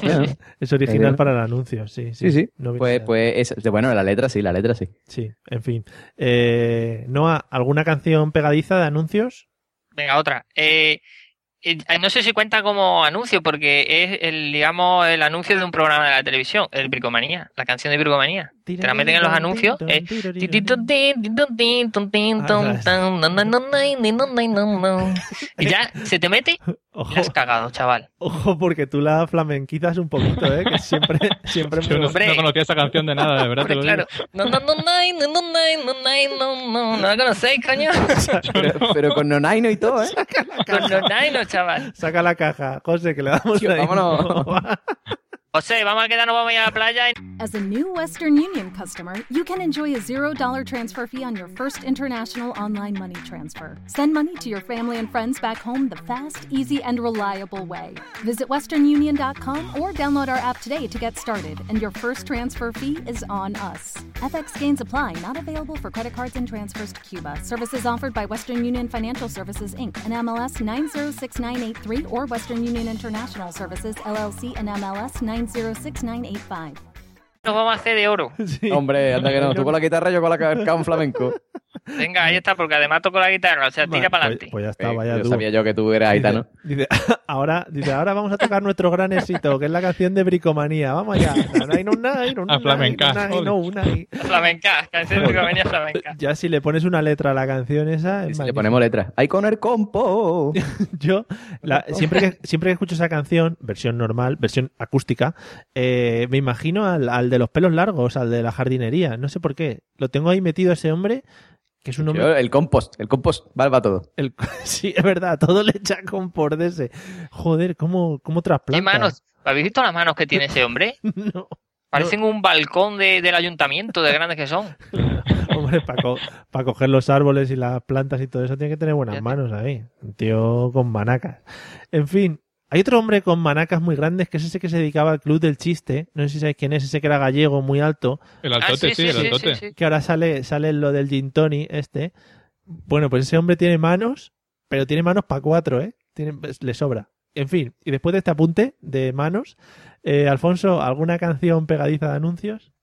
Speaker 2: Es original para el anuncio, sí.
Speaker 6: Sí.
Speaker 2: No
Speaker 6: Bueno, la letra sí.
Speaker 2: Sí, en fin. Noa, ¿alguna canción pegadiza de anuncios?
Speaker 4: Venga, otra. No sé si cuenta como anuncio, porque es el anuncio de un programa de la televisión, el Bricomanía, la canción de Bricomanía. Te la meten en los anuncios. Y ya se te mete.
Speaker 2: Ojo.
Speaker 4: La has cagado, chaval.
Speaker 2: Ojo, porque tú la flamenquizas un poquito, ¿eh? Que siempre
Speaker 3: Yo no conocía esa canción de nada, de verdad.
Speaker 4: Hombre, claro. No la conocéis, coño.
Speaker 6: Pero con Nonaino y todo, ¿eh?
Speaker 4: Con Nonaino, chaval.
Speaker 2: Saca la caja, José, que le damos
Speaker 6: Tío,
Speaker 2: ahí.
Speaker 6: vámonos.
Speaker 4: José, vamos a quedarnos, vamos a ir a la playa.
Speaker 10: As a new Western Union customer, you can enjoy a $0 transfer fee on your first international online money transfer. Send money to your family and friends back home the fast, easy, and reliable way. Visit westernunion.com or download our app today to get started, and your first transfer fee is on us. FX gains apply, not available for credit cards and transfers to Cuba. Services offered by Western Union Financial Services, Inc., and MLS 906983, or Western Union International Services, LLC, and MLS 906985.
Speaker 4: Nos vamos a hacer de oro.
Speaker 2: Sí.
Speaker 6: Hombre, anda que no. Tú con la guitarra, yo con la can flamenco.
Speaker 4: Venga, ahí está, porque además toco la guitarra, o sea, tira para adelante.
Speaker 2: Pues ya está, vaya
Speaker 6: Yo
Speaker 2: tú.
Speaker 6: sabía yo que tú eras gitano.
Speaker 2: Dice, ahora vamos a tocar nuestro gran éxito, que es la canción de Bricomanía. Vamos allá.
Speaker 3: A flamencar.
Speaker 4: Flamenca, canción de Bricomanía flamenca.
Speaker 2: Ya si le pones una letra a la canción esa...
Speaker 6: Y si le ponemos letra. ¡Ay, con el compo!
Speaker 2: Yo, siempre que escucho esa canción, versión normal, versión acústica, me imagino al de los pelos largos, al de la jardinería. No sé por qué. Lo tengo ahí metido ese hombre Que es un hombre...
Speaker 6: El compost va todo.
Speaker 2: Sí, es verdad, todo le echa compost de ese. Joder, ¿cómo trasplanta?
Speaker 4: ¿Qué manos? ¿Habéis visto las manos que tiene ese hombre?
Speaker 2: No.
Speaker 4: Parecen un balcón del ayuntamiento, de grandes que son.
Speaker 2: Hombre, para coger los árboles y las plantas y todo eso tiene que tener buenas manos ahí. Un tío con manacas. En fin, hay otro hombre con manacas muy grandes que es ese que se dedicaba al Club del Chiste. No sé si sabéis quién es, ese que era gallego, muy alto.
Speaker 3: El altote, el altote.
Speaker 4: Sí.
Speaker 2: Que ahora sale en lo del gin tonic este. Bueno, pues ese hombre tiene manos, pero tiene manos para 4, ¿eh? Le sobra. En fin, y después de este apunte de manos, Alfonso, ¿alguna canción pegadiza de anuncios?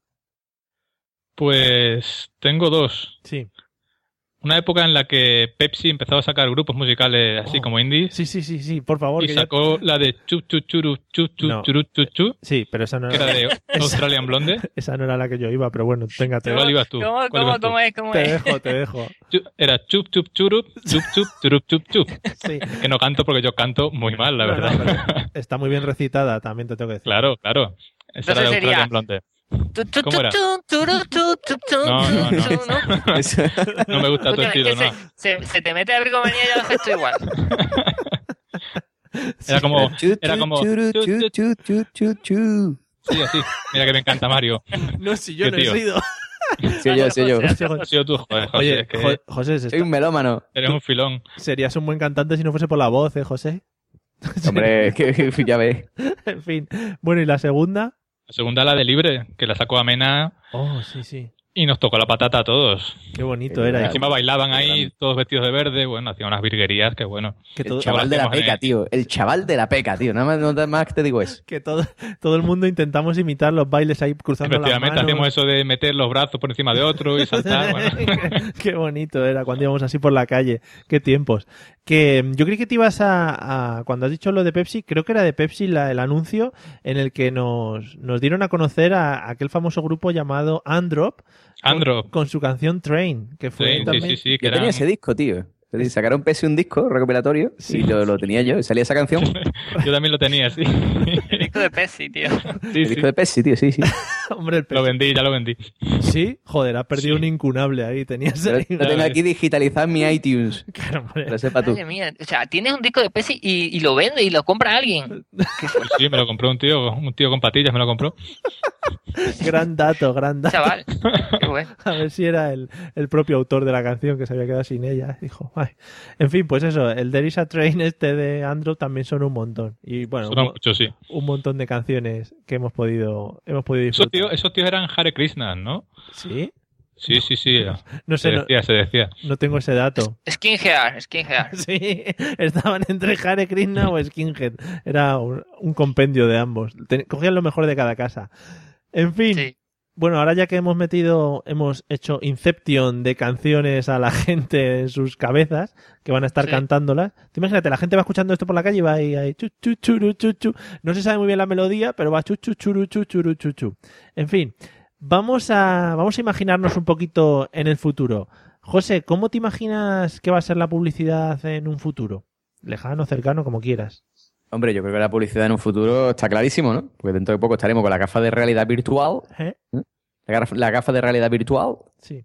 Speaker 3: Pues tengo 2.
Speaker 2: Sí.
Speaker 3: Una época en la que Pepsi empezaba a sacar grupos musicales así como indies.
Speaker 2: Sí, por favor.
Speaker 3: Y sacó la de Chup Chup Churu Chup Chup Churu Chup Chup.
Speaker 2: Sí, pero esa no
Speaker 3: era. Que era de Australian Blonde.
Speaker 2: Esa no era la que yo iba, pero bueno, venga, te
Speaker 3: ¿Cuál ibas tú?
Speaker 4: ¿Cómo es?
Speaker 2: Te dejo.
Speaker 3: Era Chup Chup Churu Chup Chup Churu Chup Chup.
Speaker 2: Sí.
Speaker 3: Que no canto porque yo canto muy mal, la verdad.
Speaker 2: No, está muy bien recitada, también te tengo que decir.
Speaker 3: Claro. Esa era de Australian Blonde. ¿Cómo era? No. No me gusta tu estilo, no.
Speaker 4: Se te mete a bricomanía y ya lo haces tú igual.
Speaker 3: Era como... Sí, así. Mira que me encanta Mario.
Speaker 2: No, si yo no he sido.
Speaker 6: Sí, yo.
Speaker 3: Has sido tú, joder, José.
Speaker 2: Oye,
Speaker 3: es que
Speaker 2: José,
Speaker 6: soy un melómano.
Speaker 3: Eres un filón.
Speaker 2: Serías un buen cantante si no fuese por la voz, José.
Speaker 6: Hombre, que ya ves.
Speaker 2: En fin. Bueno, ¿y la segunda?
Speaker 3: La segunda, la de Libre, que la sacó Amena.
Speaker 2: Oh, sí.
Speaker 3: Y nos tocó la patata a todos.
Speaker 2: Qué bonito era.
Speaker 3: Y encima bailaban ahí, todos vestidos de verde. Bueno, hacían unas virguerías, que bueno.
Speaker 6: El chaval de la peca, tío. El chaval de la peca, tío. Nada más que te digo eso.
Speaker 2: Que todo el mundo intentamos imitar los bailes ahí cruzando las manos.
Speaker 3: Efectivamente, hacíamos eso de meter los brazos por encima de otro y saltar. Bueno.
Speaker 2: Qué bonito era cuando íbamos así por la calle. Qué tiempos. Que yo creí que te ibas cuando has dicho lo de Pepsi, creo que era de Pepsi el anuncio en el que nos dieron a conocer a aquel famoso grupo llamado Androp. Con su canción Train, que fue también...
Speaker 3: Sí,
Speaker 6: yo tenía ese disco, tío. Sacaron Pepsi un disco recopilatorio y lo tenía yo. Salía esa canción.
Speaker 3: Yo también lo tenía, sí.
Speaker 4: El disco de Pepsi, tío.
Speaker 6: El disco de Pepsi, tío, sí.
Speaker 2: Hombre, el
Speaker 3: Pepsi. Ya lo vendí.
Speaker 2: ¿Sí? Joder, has perdido un incunable ahí. Tenías
Speaker 6: lo tengo aquí digitalizado en mi iTunes.
Speaker 2: Claro,
Speaker 6: lo sepa tú.
Speaker 4: Madre mía. O sea, tienes un disco de Pepsi y lo vende y lo compra alguien.
Speaker 3: Sí, me lo compró un tío con patillas, me lo compró.
Speaker 2: Gran dato.
Speaker 4: Chaval, qué bueno.
Speaker 2: A ver si era el propio autor de la canción que se había quedado sin ella. Dijo, ay. En fin, pues eso, el There is a Train de Andrew también son un montón. Y bueno,
Speaker 3: mucho, sí.
Speaker 2: Un montón de canciones que hemos podido disfrutar.
Speaker 3: Esos tíos eran Hare Krishna, ¿no?
Speaker 2: ¿Sí?
Speaker 3: Sí.
Speaker 2: No sé,
Speaker 3: se decía.
Speaker 2: No tengo ese dato.
Speaker 4: Skinhead.
Speaker 2: Sí, estaban entre Hare Krishna o Skinhead. Era un compendio de ambos. Cogían lo mejor de cada casa. En fin.
Speaker 4: Sí.
Speaker 2: Bueno, ahora ya que hemos hecho Inception de canciones a la gente en sus cabezas, que van a estar cantándolas. Tú imagínate, la gente va escuchando esto por la calle y va ahí chu, chu, churu, chu, chu. No se sabe muy bien la melodía, pero va chu, chu, churu, chu, churu, chu, chu. En fin, vamos a imaginarnos un poquito en el futuro. José, ¿cómo te imaginas que va a ser la publicidad en un futuro? Lejano, cercano, como quieras.
Speaker 6: Hombre, yo creo que la publicidad en un futuro está clarísimo, ¿no? Porque dentro de poco estaremos con la gafa de realidad virtual. La gafa de realidad virtual.
Speaker 2: Sí.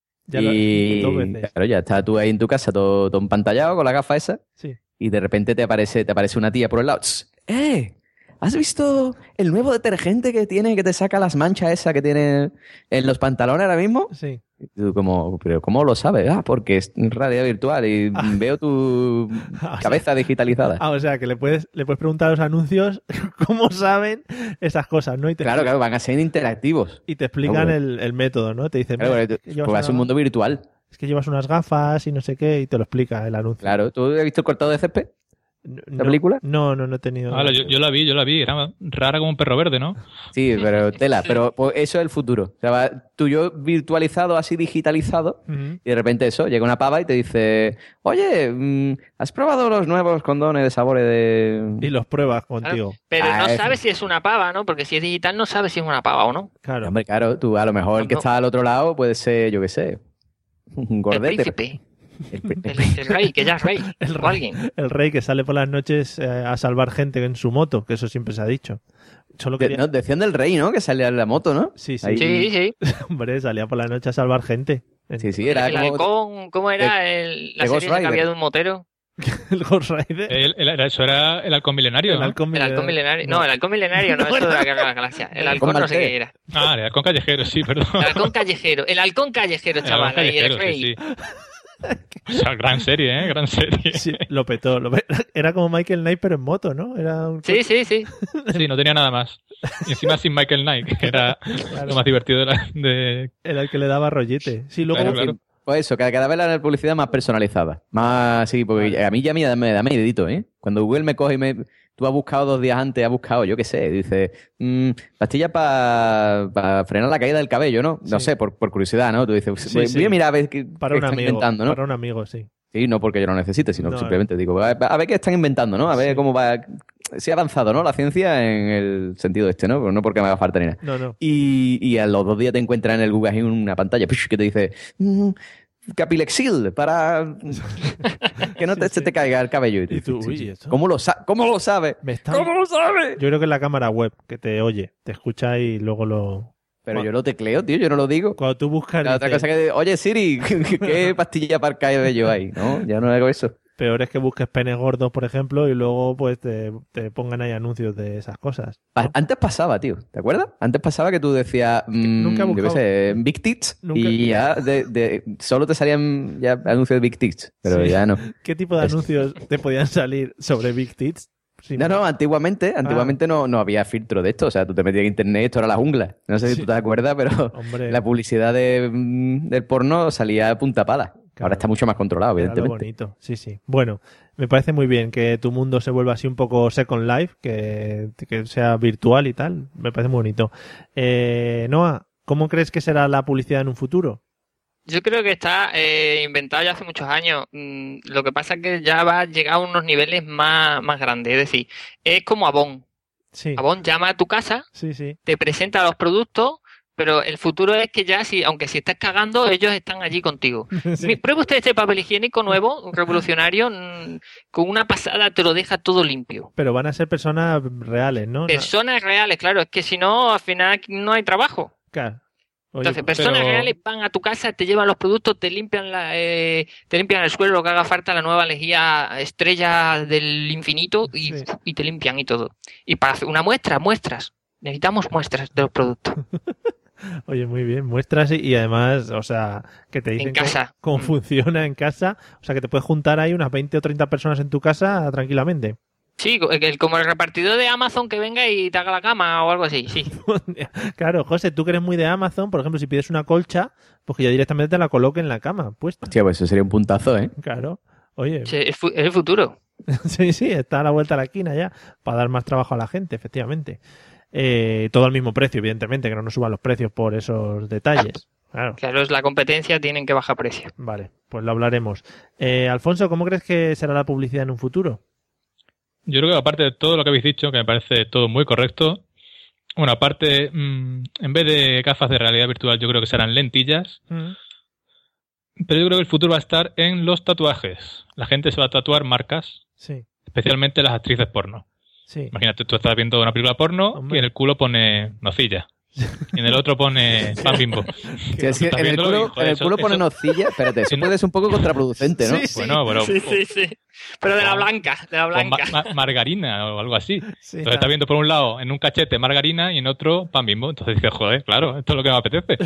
Speaker 6: Y claro, ya estás tú ahí en tu casa todo empantallado con la gafa esa.
Speaker 2: Sí.
Speaker 6: Y de repente te aparece una tía por el lado. ¿Has visto el nuevo detergente que te saca las manchas esas que tiene en los pantalones ahora mismo?
Speaker 2: Sí.
Speaker 6: Y tú ¿pero cómo lo sabes? Porque es realidad virtual y veo tu cabeza digitalizada.
Speaker 2: O sea, que le puedes preguntar a los anuncios cómo saben esas cosas, ¿no?
Speaker 6: Claro, van a ser interactivos.
Speaker 2: Y te explican el método, ¿no? Te dicen,
Speaker 6: pues es un mundo virtual.
Speaker 2: Es que llevas unas gafas y no sé qué y te lo explica el anuncio.
Speaker 6: Claro, ¿tú has visto el cortado de césped? ¿La película?
Speaker 2: No he tenido.
Speaker 3: Yo la vi, era rara como un perro verde, ¿no?
Speaker 6: Sí, pero tela, pero pues, eso es el futuro. O sea, tú y yo virtualizado, así digitalizado, y de repente llega una pava y te dice, oye, ¿has probado los nuevos condones de sabores de...?
Speaker 2: Y los pruebas contigo.
Speaker 4: Pero no sabes si es una pava, ¿no? Porque si es digital no sabes si es una pava o no.
Speaker 2: Claro.
Speaker 6: Hombre, claro, tú a lo mejor el que está al otro lado puede ser, yo qué sé, un gordete.
Speaker 4: El príncipe. El rey, que ya es rey.
Speaker 2: El rey que sale por las noches a salvar gente en su moto, que eso siempre se ha dicho.
Speaker 6: Decían del rey, ¿no? Que salía en la moto, ¿no?
Speaker 2: Sí.
Speaker 4: Sí.
Speaker 2: Hombre, salía por la noche a salvar gente.
Speaker 6: Sí, era
Speaker 4: el
Speaker 6: como...
Speaker 4: halcón, ¿cómo era la
Speaker 6: Ghost
Speaker 4: serie esa que
Speaker 6: Rider.
Speaker 4: había de un motero?
Speaker 2: El Ghost Rider.
Speaker 3: Eso era el halcón milenario,
Speaker 2: El
Speaker 3: ¿no?
Speaker 2: halcón
Speaker 4: El halcón milenario. No, el halcón milenario no, eso de la Guerra de las Galaxias. El halcón no sé
Speaker 6: maltés.
Speaker 4: qué era.
Speaker 3: Ah, el halcón callejero, sí, perdón.
Speaker 4: El halcón callejero. El halcón callejero,
Speaker 3: El
Speaker 4: chaval.
Speaker 3: halcón
Speaker 4: Ahí, el
Speaker 3: callejero,
Speaker 4: rey.
Speaker 3: sí, sí. O sea, gran serie, ¿eh? Gran serie.
Speaker 2: Sí, lo petó. Era como Michael Knight, pero en moto, ¿no? Era un...
Speaker 4: Sí.
Speaker 3: Sí, no tenía nada más. Y encima sin Michael Knight, que era lo más divertido de...
Speaker 2: Era el que le daba rollete. Sí, luego...
Speaker 3: Claro.
Speaker 6: Pues eso, cada vez la publicidad más personalizada. Más, sí, porque a mí ya me da miedito, ¿eh? Cuando Google me coge y tú has buscado 2 días antes, has buscado, yo qué sé, dice, pastilla para frenar la caída del cabello, ¿no? No sé, por curiosidad, ¿no? Tú dices, voy a mirar a ver qué están inventando, ¿no?
Speaker 2: Para un amigo, sí.
Speaker 6: Sí, no porque yo lo necesite, sino simplemente digo, a ver qué están inventando, ¿no? A ver cómo va... Sí ha avanzado, ¿no? La ciencia en el sentido este, ¿no? Pero no porque me haga falta ni nada.
Speaker 2: No.
Speaker 6: Y a los 2 días te encuentras en el Google ahí una pantalla que te dice... Capilexil para que no se te caiga el cabello.
Speaker 2: Y tú, uy, ¿eso?
Speaker 6: ¿Cómo lo sabe? ¿Cómo lo sabe?
Speaker 2: Yo creo que es la cámara web que te oye, te escucha y luego lo...
Speaker 6: Pero yo lo tecleo, tío, yo no lo digo.
Speaker 2: Cuando tú buscas...
Speaker 6: La otra cosa que... Oye, Siri, ¿qué pastilla para el cabello hay? No, ya no hago eso.
Speaker 2: Peor es que busques penes gordos, por ejemplo, y luego pues te pongan ahí anuncios de esas cosas, ¿no?
Speaker 6: Antes pasaba, tío, ¿te acuerdas? Antes pasaba que tú decías,
Speaker 2: nunca he
Speaker 6: yo qué
Speaker 2: buscado.
Speaker 6: sé, Big Tits,
Speaker 2: Nunca.
Speaker 6: y ya solo te salían ya anuncios de Big Tits, pero
Speaker 2: Sí.
Speaker 6: ya no.
Speaker 2: ¿Qué tipo de anuncios te podían salir sobre Big Tits? Sí,
Speaker 6: No, antiguamente no había filtro de esto, o sea, tú te metías en internet, esto era la jungla. No sé si tú te acuerdas, pero
Speaker 2: Hombre.
Speaker 6: la publicidad del porno salía a punta pala.
Speaker 2: Claro.
Speaker 6: Ahora está mucho más controlado,
Speaker 2: Era lo
Speaker 6: evidentemente.
Speaker 2: bonito, sí. Bueno, me parece muy bien que tu mundo se vuelva así un poco Second Life, que sea virtual y tal. Me parece muy bonito. Noah, ¿cómo crees que será la publicidad en un futuro?
Speaker 4: Yo creo que está inventado ya hace muchos años. Lo que pasa es que ya va a llegar a unos niveles más grandes. Es decir, es como Avon.
Speaker 2: Sí.
Speaker 4: Avon llama a tu casa,
Speaker 2: Sí.
Speaker 4: te presenta los productos, pero el futuro es que ya, aunque si estás cagando, ellos están allí contigo.
Speaker 2: Sí.
Speaker 4: Prueba usted este papel higiénico nuevo, revolucionario, con una pasada te lo deja todo limpio.
Speaker 2: Pero van a ser personas reales, ¿no?
Speaker 4: Personas reales, claro, es que si no, al final no hay trabajo.
Speaker 2: Claro. Oye,
Speaker 4: Entonces, personas reales van a tu casa, te llevan los productos, te limpian te limpian el suelo, lo que haga falta, la nueva lejía estrella del infinito y te limpian y todo. Y para hacer una muestras. Necesitamos muestras de los productos.
Speaker 2: Oye, muy bien, muestras y además, o sea, que te dicen
Speaker 4: En casa.
Speaker 2: cómo funciona en casa, o sea, que te puedes juntar ahí unas 20 o 30 personas en tu casa tranquilamente.
Speaker 4: Sí, como el repartidor de Amazon que venga y te haga la cama o algo así, sí.
Speaker 2: Claro, José, tú que eres muy de Amazon, por ejemplo, si pides una colcha, pues que ya directamente te la coloque en la cama, puesta.
Speaker 6: Hostia, pues eso sería un puntazo, ¿eh?
Speaker 2: Claro. Oye,
Speaker 4: Sí, es el futuro.
Speaker 2: sí, está a la vuelta de la esquina ya, para dar más trabajo a la gente, efectivamente. Todo al mismo precio, evidentemente, que no nos suban los precios por esos detalles. Claro.
Speaker 4: Claro, es la competencia, tienen que bajar precio.
Speaker 2: Vale, pues lo hablaremos. Alfonso, ¿cómo crees que será la publicidad en un futuro?
Speaker 3: Yo creo que aparte de todo lo que habéis dicho, que me parece todo muy correcto, bueno, aparte, en vez de gafas de realidad virtual, yo creo que serán lentillas, pero yo creo que el futuro va a estar en los tatuajes. La gente se va a tatuar marcas,
Speaker 2: Sí,
Speaker 3: especialmente las actrices porno.
Speaker 2: sí.
Speaker 3: Imagínate, tú estás viendo una película porno
Speaker 2: Hombre.
Speaker 3: y en el culo pone nocilla. Y en el otro pone pan Bimbo.
Speaker 6: Sí, sí,
Speaker 3: ¿Estás
Speaker 6: en el
Speaker 3: viéndolo?
Speaker 6: culo,
Speaker 3: Y, joder,
Speaker 6: en el
Speaker 3: eso-
Speaker 6: culo pone
Speaker 3: eso-
Speaker 6: nocilla. Espérate, eso puede ser un poco contraproducente, ¿no?
Speaker 3: Bueno, pero
Speaker 4: Sí. Pero de la blanca, de la
Speaker 3: o
Speaker 4: blanca.
Speaker 3: margarina o algo así.
Speaker 2: Sí,
Speaker 3: Entonces estás viendo por un lado en un cachete margarina y en otro pan Bimbo. Entonces dices, joder, claro, esto es lo que me apetece.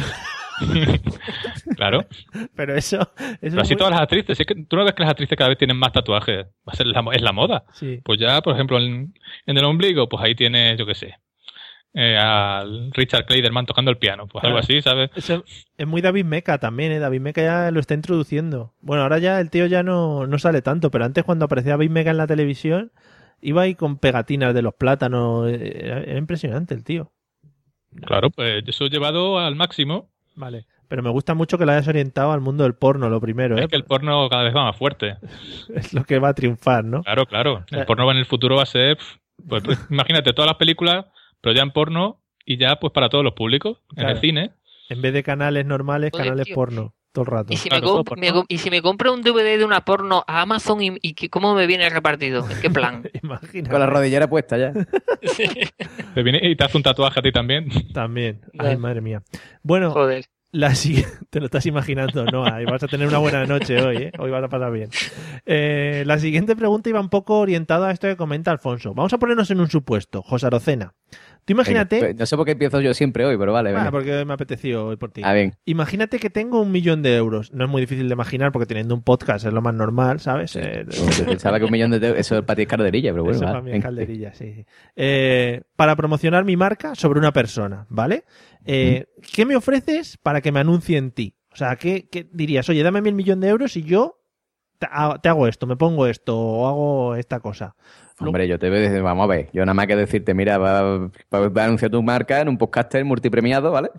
Speaker 3: Claro.
Speaker 2: Pero eso
Speaker 3: Pero así
Speaker 2: muy-
Speaker 3: todas las actrices. Es que tú no ves que las actrices cada vez tienen más tatuajes. Va a ser es la moda.
Speaker 2: Sí.
Speaker 3: Pues ya, por ejemplo, en el ombligo, pues ahí tienes, yo qué sé, al Richard Clayderman tocando el piano. Pues algo
Speaker 2: Claro.
Speaker 3: así, ¿sabes?
Speaker 2: Eso es muy David Meca también, ¿eh? David Meca ya lo está introduciendo. Bueno, ahora ya el tío ya no sale tanto, pero antes cuando aparecía David Meca en la televisión, iba ahí con pegatinas de los plátanos. Era impresionante el tío.
Speaker 3: Claro, pues eso llevado al máximo.
Speaker 2: Vale. Pero me gusta mucho que lo hayas orientado al mundo del porno, lo primero, ¿eh?
Speaker 3: Es que el porno cada vez va más fuerte.
Speaker 2: Es lo que va a triunfar, ¿no?
Speaker 3: Claro, claro. El porno en el futuro va a ser, pues imagínate, todas las películas, pero ya en porno y ya pues para todos los públicos, en
Speaker 2: Claro.
Speaker 3: el cine.
Speaker 2: En vez de canales normales,
Speaker 4: Joder,
Speaker 2: canales
Speaker 4: tío.
Speaker 2: porno, todo el rato.
Speaker 4: Y si,
Speaker 3: Claro,
Speaker 4: me
Speaker 3: todo
Speaker 4: y si me compro un DVD de una porno a Amazon ¿cómo me viene repartido? ¿En qué plan?
Speaker 2: Imagina.
Speaker 6: Con la rodillera puesta ya.
Speaker 3: Te viene y te hace un tatuaje a ti también.
Speaker 2: También. Ay, madre mía. Bueno,
Speaker 4: Joder.
Speaker 2: Te lo estás imaginando, ¿no? Ahí vas a tener una buena noche hoy, ¿eh? Hoy vas a pasar bien. La siguiente pregunta iba un poco orientada a esto que comenta Alfonso. Vamos a ponernos en un supuesto. José Arocena. Tú imagínate...
Speaker 6: Venga, no sé por qué empiezo yo siempre hoy, pero vale. Venga.
Speaker 2: Porque me ha apetecido hoy por ti.
Speaker 6: Bien.
Speaker 2: Imagínate que tengo 1 millón de euros. No es muy difícil de imaginar porque teniendo un podcast es lo más normal, ¿sabes?
Speaker 6: Pensaba que 1 millón de euros, eso para ti es calderilla, pero bueno.
Speaker 2: Eso para mí es calderilla, sí. Para promocionar mi marca sobre una persona, ¿vale? ¿Qué me ofreces para que me anuncie en ti? O sea, ¿qué dirías? Oye, dame 1.000 millones de euros y yo te hago esto, me pongo esto o hago esta cosa.
Speaker 6: Hombre, yo te voy a decir, vamos a ver, yo nada más que decirte, mira, va a anunciar tu marca en un podcaster multipremiado, ¿vale?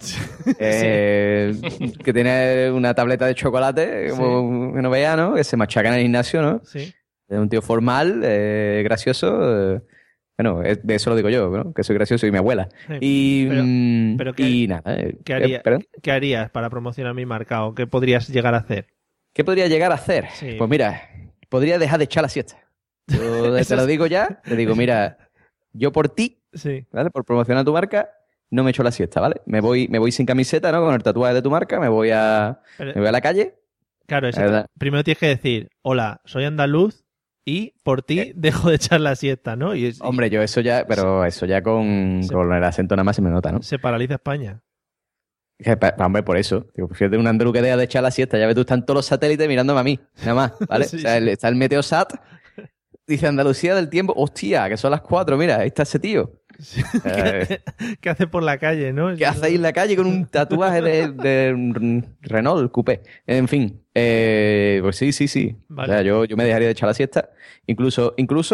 Speaker 6: Que tiene una tableta de chocolate, como que no vea, ¿no? Que se machaca en el gimnasio, ¿no?
Speaker 2: Sí.
Speaker 6: Es un tío formal, gracioso. Bueno, de eso lo digo yo, ¿no? Que soy gracioso y mi abuela.
Speaker 2: Sí.
Speaker 6: Pero nada.
Speaker 2: ¿Qué harías para promocionar mi marca o qué podrías llegar a hacer?
Speaker 6: ¿Qué podría llegar a hacer?
Speaker 2: Sí.
Speaker 6: Pues mira, podría dejar de echar la siesta. Yo te lo digo ya, te digo, mira, yo por ti, ¿vale? Por promocionar tu marca, no me echo la siesta, ¿vale? Me voy sin camiseta, ¿no? Con el tatuaje de tu marca, me voy a la calle.
Speaker 2: Claro, primero tienes que decir, hola, soy andaluz y por ti dejo de echar la siesta, ¿no?
Speaker 6: Hombre, yo eso ya, pero eso ya con el acento nada más se me nota, ¿no?
Speaker 2: Se paraliza España.
Speaker 6: Hombre, por eso. Digo, fíjate, un andaluz que deja de echar la siesta. Ya ves, tú están todos los satélites mirándome a mí, nada más, ¿vale?
Speaker 2: Sí,
Speaker 6: o sea, está el Meteosat, dice Andalucía del tiempo, hostia, que son las 4, mira, ahí está ese tío.
Speaker 2: Sí. ¿Qué hace por la calle, no?
Speaker 6: ¿Qué hace ahí en la calle con un tatuaje de Renault Coupé? En fin, pues sí. Vale. O sea, yo me dejaría de echar la siesta. Incluso,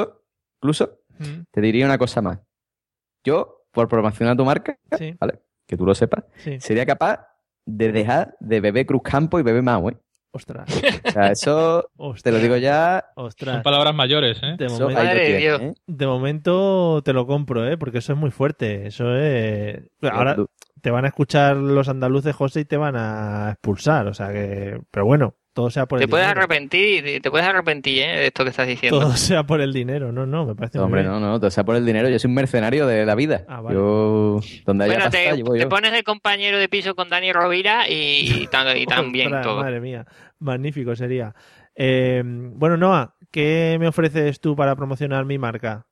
Speaker 6: te diría una cosa más. Yo, por promocionar tu marca, ¿vale? Que tú lo sepas, sería capaz de dejar de beber Cruz Campo y beber Mau, ¿eh?
Speaker 2: Ostras.
Speaker 6: O sea, eso te lo digo ya.
Speaker 2: Ostras.
Speaker 3: Son palabras mayores, ¿eh?
Speaker 2: De momento te lo compro, ¿eh? Porque eso es muy fuerte. Eso es... Ahora te van a escuchar los andaluces, José, y te van a expulsar. O sea que... Pero bueno, todo sea por el dinero.
Speaker 4: Te puedes arrepentir, ¿eh? De esto que estás diciendo.
Speaker 2: Todo sea por el dinero. No, me parece muy bien.
Speaker 6: No, todo sea por el dinero. Yo soy un mercenario de la vida.
Speaker 2: Vale.
Speaker 6: Yo, donde haya pasta,
Speaker 4: te pones de compañero de piso con Dani Rovira y también todo.
Speaker 2: Madre mía, magnífico sería. Bueno, Noa, ¿qué me ofreces tú para promocionar mi marca?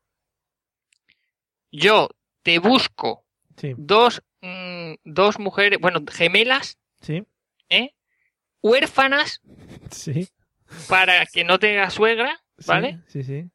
Speaker 4: Yo te busco dos mujeres, gemelas, huérfanas, para que no tengas suegra, ¿vale?
Speaker 2: Sí.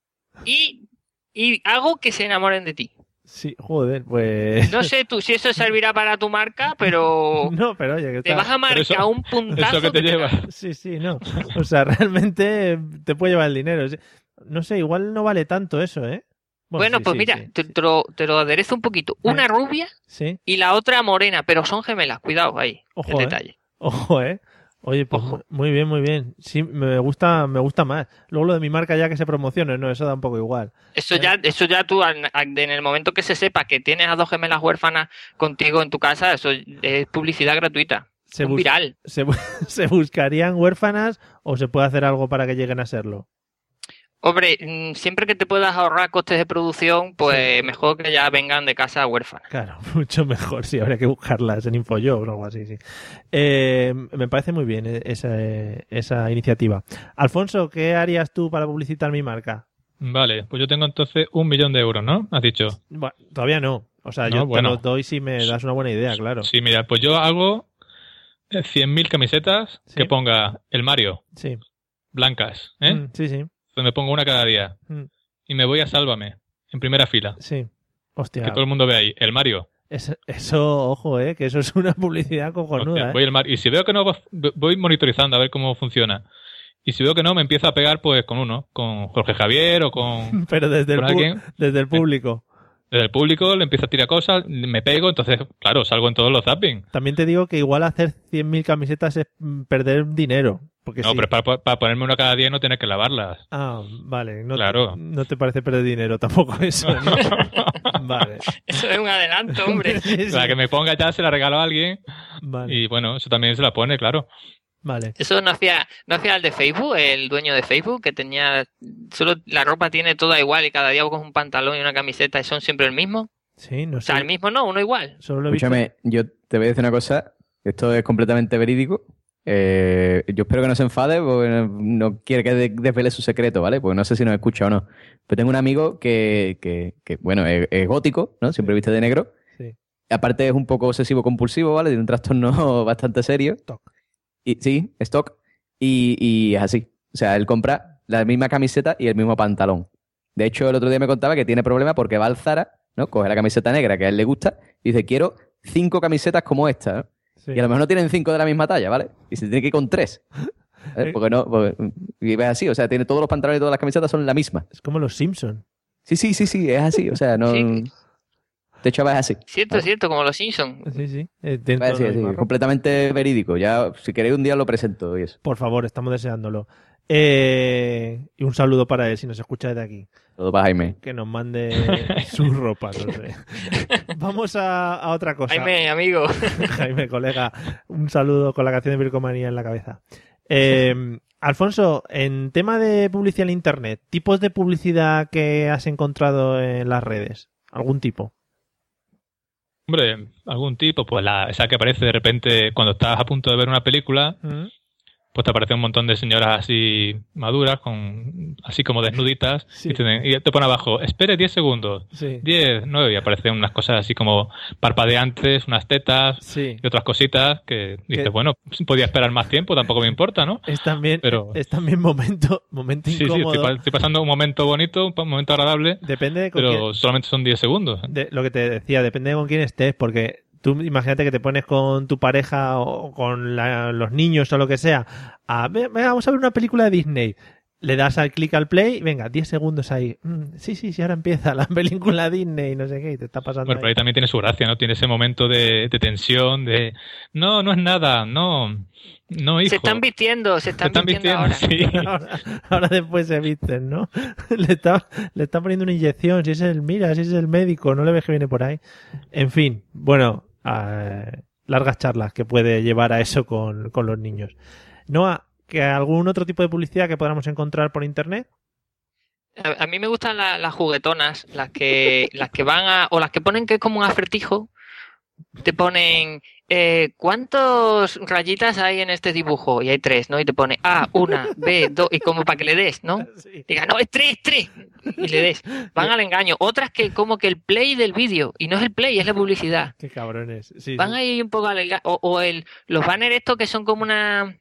Speaker 4: Y hago que se enamoren de ti.
Speaker 2: Sí, joder, pues...
Speaker 4: No sé tú si eso servirá para tu marca, pero...
Speaker 2: No, pero oye, que
Speaker 4: te vas a marcar un puntazo.
Speaker 3: Eso que te lleva.
Speaker 2: Sí, no. O sea, realmente te puede llevar el dinero. No sé, igual no vale tanto eso, ¿eh?
Speaker 4: Bueno, pues mira, te lo aderezo un poquito. Una rubia y la otra morena, pero son gemelas. Cuidado ahí,
Speaker 2: ojo,
Speaker 4: el detalle.
Speaker 2: Ojo, Oye, pues muy bien. Sí, me gusta más. Luego lo de mi marca ya que se promocione, no, eso da un poco igual.
Speaker 4: Eso ya tú, en el momento que se sepa que tienes a dos gemelas huérfanas contigo en tu casa, eso es publicidad gratuita. Viral.
Speaker 2: ¿Se buscarían huérfanas o se puede hacer algo para que lleguen a serlo?
Speaker 4: Hombre, siempre que te puedas ahorrar costes de producción, pues mejor que ya vengan de casa huérfanas.
Speaker 2: Claro, mucho mejor, sí, habría que buscarlas en InfoJobs o algo así, sí. Me parece muy bien esa iniciativa. Alfonso, ¿qué harías tú para publicitar mi marca?
Speaker 3: Vale, pues yo tengo entonces 1 millón de euros, ¿no? Has dicho.
Speaker 2: Bueno, todavía no. O sea, yo te lo doy si me das una buena idea, claro.
Speaker 3: Sí, mira, pues yo hago 100.000 camisetas que ponga el Mario.
Speaker 2: Sí.
Speaker 3: Blancas, ¿eh?
Speaker 2: Sí.
Speaker 3: Me pongo una cada día. Y me voy a Sálvame, en primera fila.
Speaker 2: Sí. Hostia.
Speaker 3: Que todo el mundo ve ahí. El Mario.
Speaker 2: Eso, ojo, que eso es una publicidad cojonuda.
Speaker 3: Voy el Mario. Y si veo que no, voy monitorizando a ver cómo funciona. Y si veo que no, me empiezo a pegar pues con Jorge Javier o con...
Speaker 2: Pero desde el público.
Speaker 3: Desde el público le empiezo a tirar cosas, me pego, entonces, claro, salgo en todos los zapping.
Speaker 2: También te digo que igual hacer 100.000 camisetas es perder dinero. Porque
Speaker 3: no, pero para ponerme una cada día y no tener que lavarlas.
Speaker 2: Ah, vale.
Speaker 3: Claro.
Speaker 2: No te parece perder dinero tampoco eso, ¿no? Vale.
Speaker 4: Eso es un adelanto, hombre.
Speaker 3: Sí. La que me ponga ya se la regalo a alguien. Vale. Y bueno, eso también se la pone, claro.
Speaker 2: Vale.
Speaker 4: Eso no hacía el de Facebook, el dueño de Facebook, que tenía solo la ropa tiene toda igual y cada día coges un pantalón y una camiseta y son siempre el mismo.
Speaker 2: Sí, no sé.
Speaker 4: O sea, el mismo no, uno igual.
Speaker 6: Escúchame, yo te voy a decir una cosa Esto es completamente verídico. Yo espero que no se enfade porque no quiere que desvele su secreto, ¿vale? Porque no sé si nos escucha o no. Pero tengo un amigo que bueno, es gótico, ¿no? Siempre viste de negro.
Speaker 2: Sí.
Speaker 6: Aparte es un poco obsesivo-compulsivo, ¿vale? Tiene un trastorno bastante serio. Sí, stock. Y es así. O sea, él compra la misma camiseta y el mismo pantalón. De hecho, el otro día me contaba que tiene problema porque va al Zara, ¿no? Coge la camiseta negra que a él le gusta y dice, quiero 5 camisetas como esta, ¿no?
Speaker 2: Sí.
Speaker 6: Y a lo mejor no tienen 5 de la misma talla, ¿vale? Y se tiene que ir con 3. Porque no, y ves así, o sea, tiene todos los pantalones y todas las camisetas son la misma.
Speaker 2: Es como los Simpsons.
Speaker 6: Sí, es así, o sea, no...
Speaker 4: Sí.
Speaker 6: De hecho, es así.
Speaker 4: Cierto, como los Simpsons.
Speaker 2: Sí.
Speaker 6: Es completamente verídico. Ya, si queréis un día lo presento y eso.
Speaker 2: Por favor, estamos deseándolo. Y un saludo para él si nos escucha desde aquí.
Speaker 6: Todo para Jaime.
Speaker 2: Que nos mande sus ropas, no sé. Vamos a otra cosa.
Speaker 4: Jaime, amigo.
Speaker 2: Jaime, colega, un saludo con la canción de Bricomanía en la cabeza. Alfonso, en tema de publicidad en Internet, ¿tipos de publicidad que has encontrado en las redes? ¿Algún tipo?
Speaker 3: Hombre, algún tipo, pues esa que aparece de repente cuando estás a punto de ver una película, pues te aparece un montón de señoras así maduras, así como desnuditas,
Speaker 2: Sí.
Speaker 3: y te pone abajo, espere 10 segundos,
Speaker 2: Sí.
Speaker 3: 10, 9, y aparecen unas cosas así como parpadeantes, unas tetas
Speaker 2: Sí.
Speaker 3: y otras cositas que dices,
Speaker 2: Que-
Speaker 3: bueno, podía esperar más tiempo, tampoco me importa, ¿no?
Speaker 2: Es también,
Speaker 3: Pero-
Speaker 2: es también momento
Speaker 3: Sí,
Speaker 2: incómodo.
Speaker 3: estoy pasando un momento bonito, un momento agradable,
Speaker 2: Depende de con
Speaker 3: pero solamente son 10 segundos.
Speaker 2: de lo que te decía, depende de con quién estés, porque tú imagínate que te pones con tu pareja o con los niños o lo que sea, venga, vamos a ver una película de Disney. Le das al clic al play y venga, 10 segundos ahí. Sí, ahora empieza la película Disney, no sé qué, y te está pasando.
Speaker 3: Bueno, pero ahí también tiene su gracia, ¿no? Tiene ese momento de tensión, de no es nada, no, hijo.
Speaker 4: Se están vistiendo ahora.
Speaker 3: sí.
Speaker 2: Ahora después se visten, ¿no? Le está poniendo una inyección, si es el médico, no le ves que viene por ahí. En fin, bueno, largas charlas que puede llevar a eso con los niños. Noa, ¿que algún otro tipo de publicidad que podamos encontrar por internet?
Speaker 4: A mí me gustan las juguetonas, las que van o las que ponen que es como un acertijo. Te ponen ¿cuántos rayitas hay en este dibujo? Y hay 3, ¿no? Y te pone A, 1, B, 2, y como para que le des, ¿no?
Speaker 2: Sí.
Speaker 4: Diga, no, es 3, y le des. Van al engaño. Otras que como que el play del vídeo, y no es el play, es la publicidad.
Speaker 2: Qué cabrones. Sí,
Speaker 4: Van
Speaker 2: sí.
Speaker 4: ahí un poco al engaño. O los banners estos que son como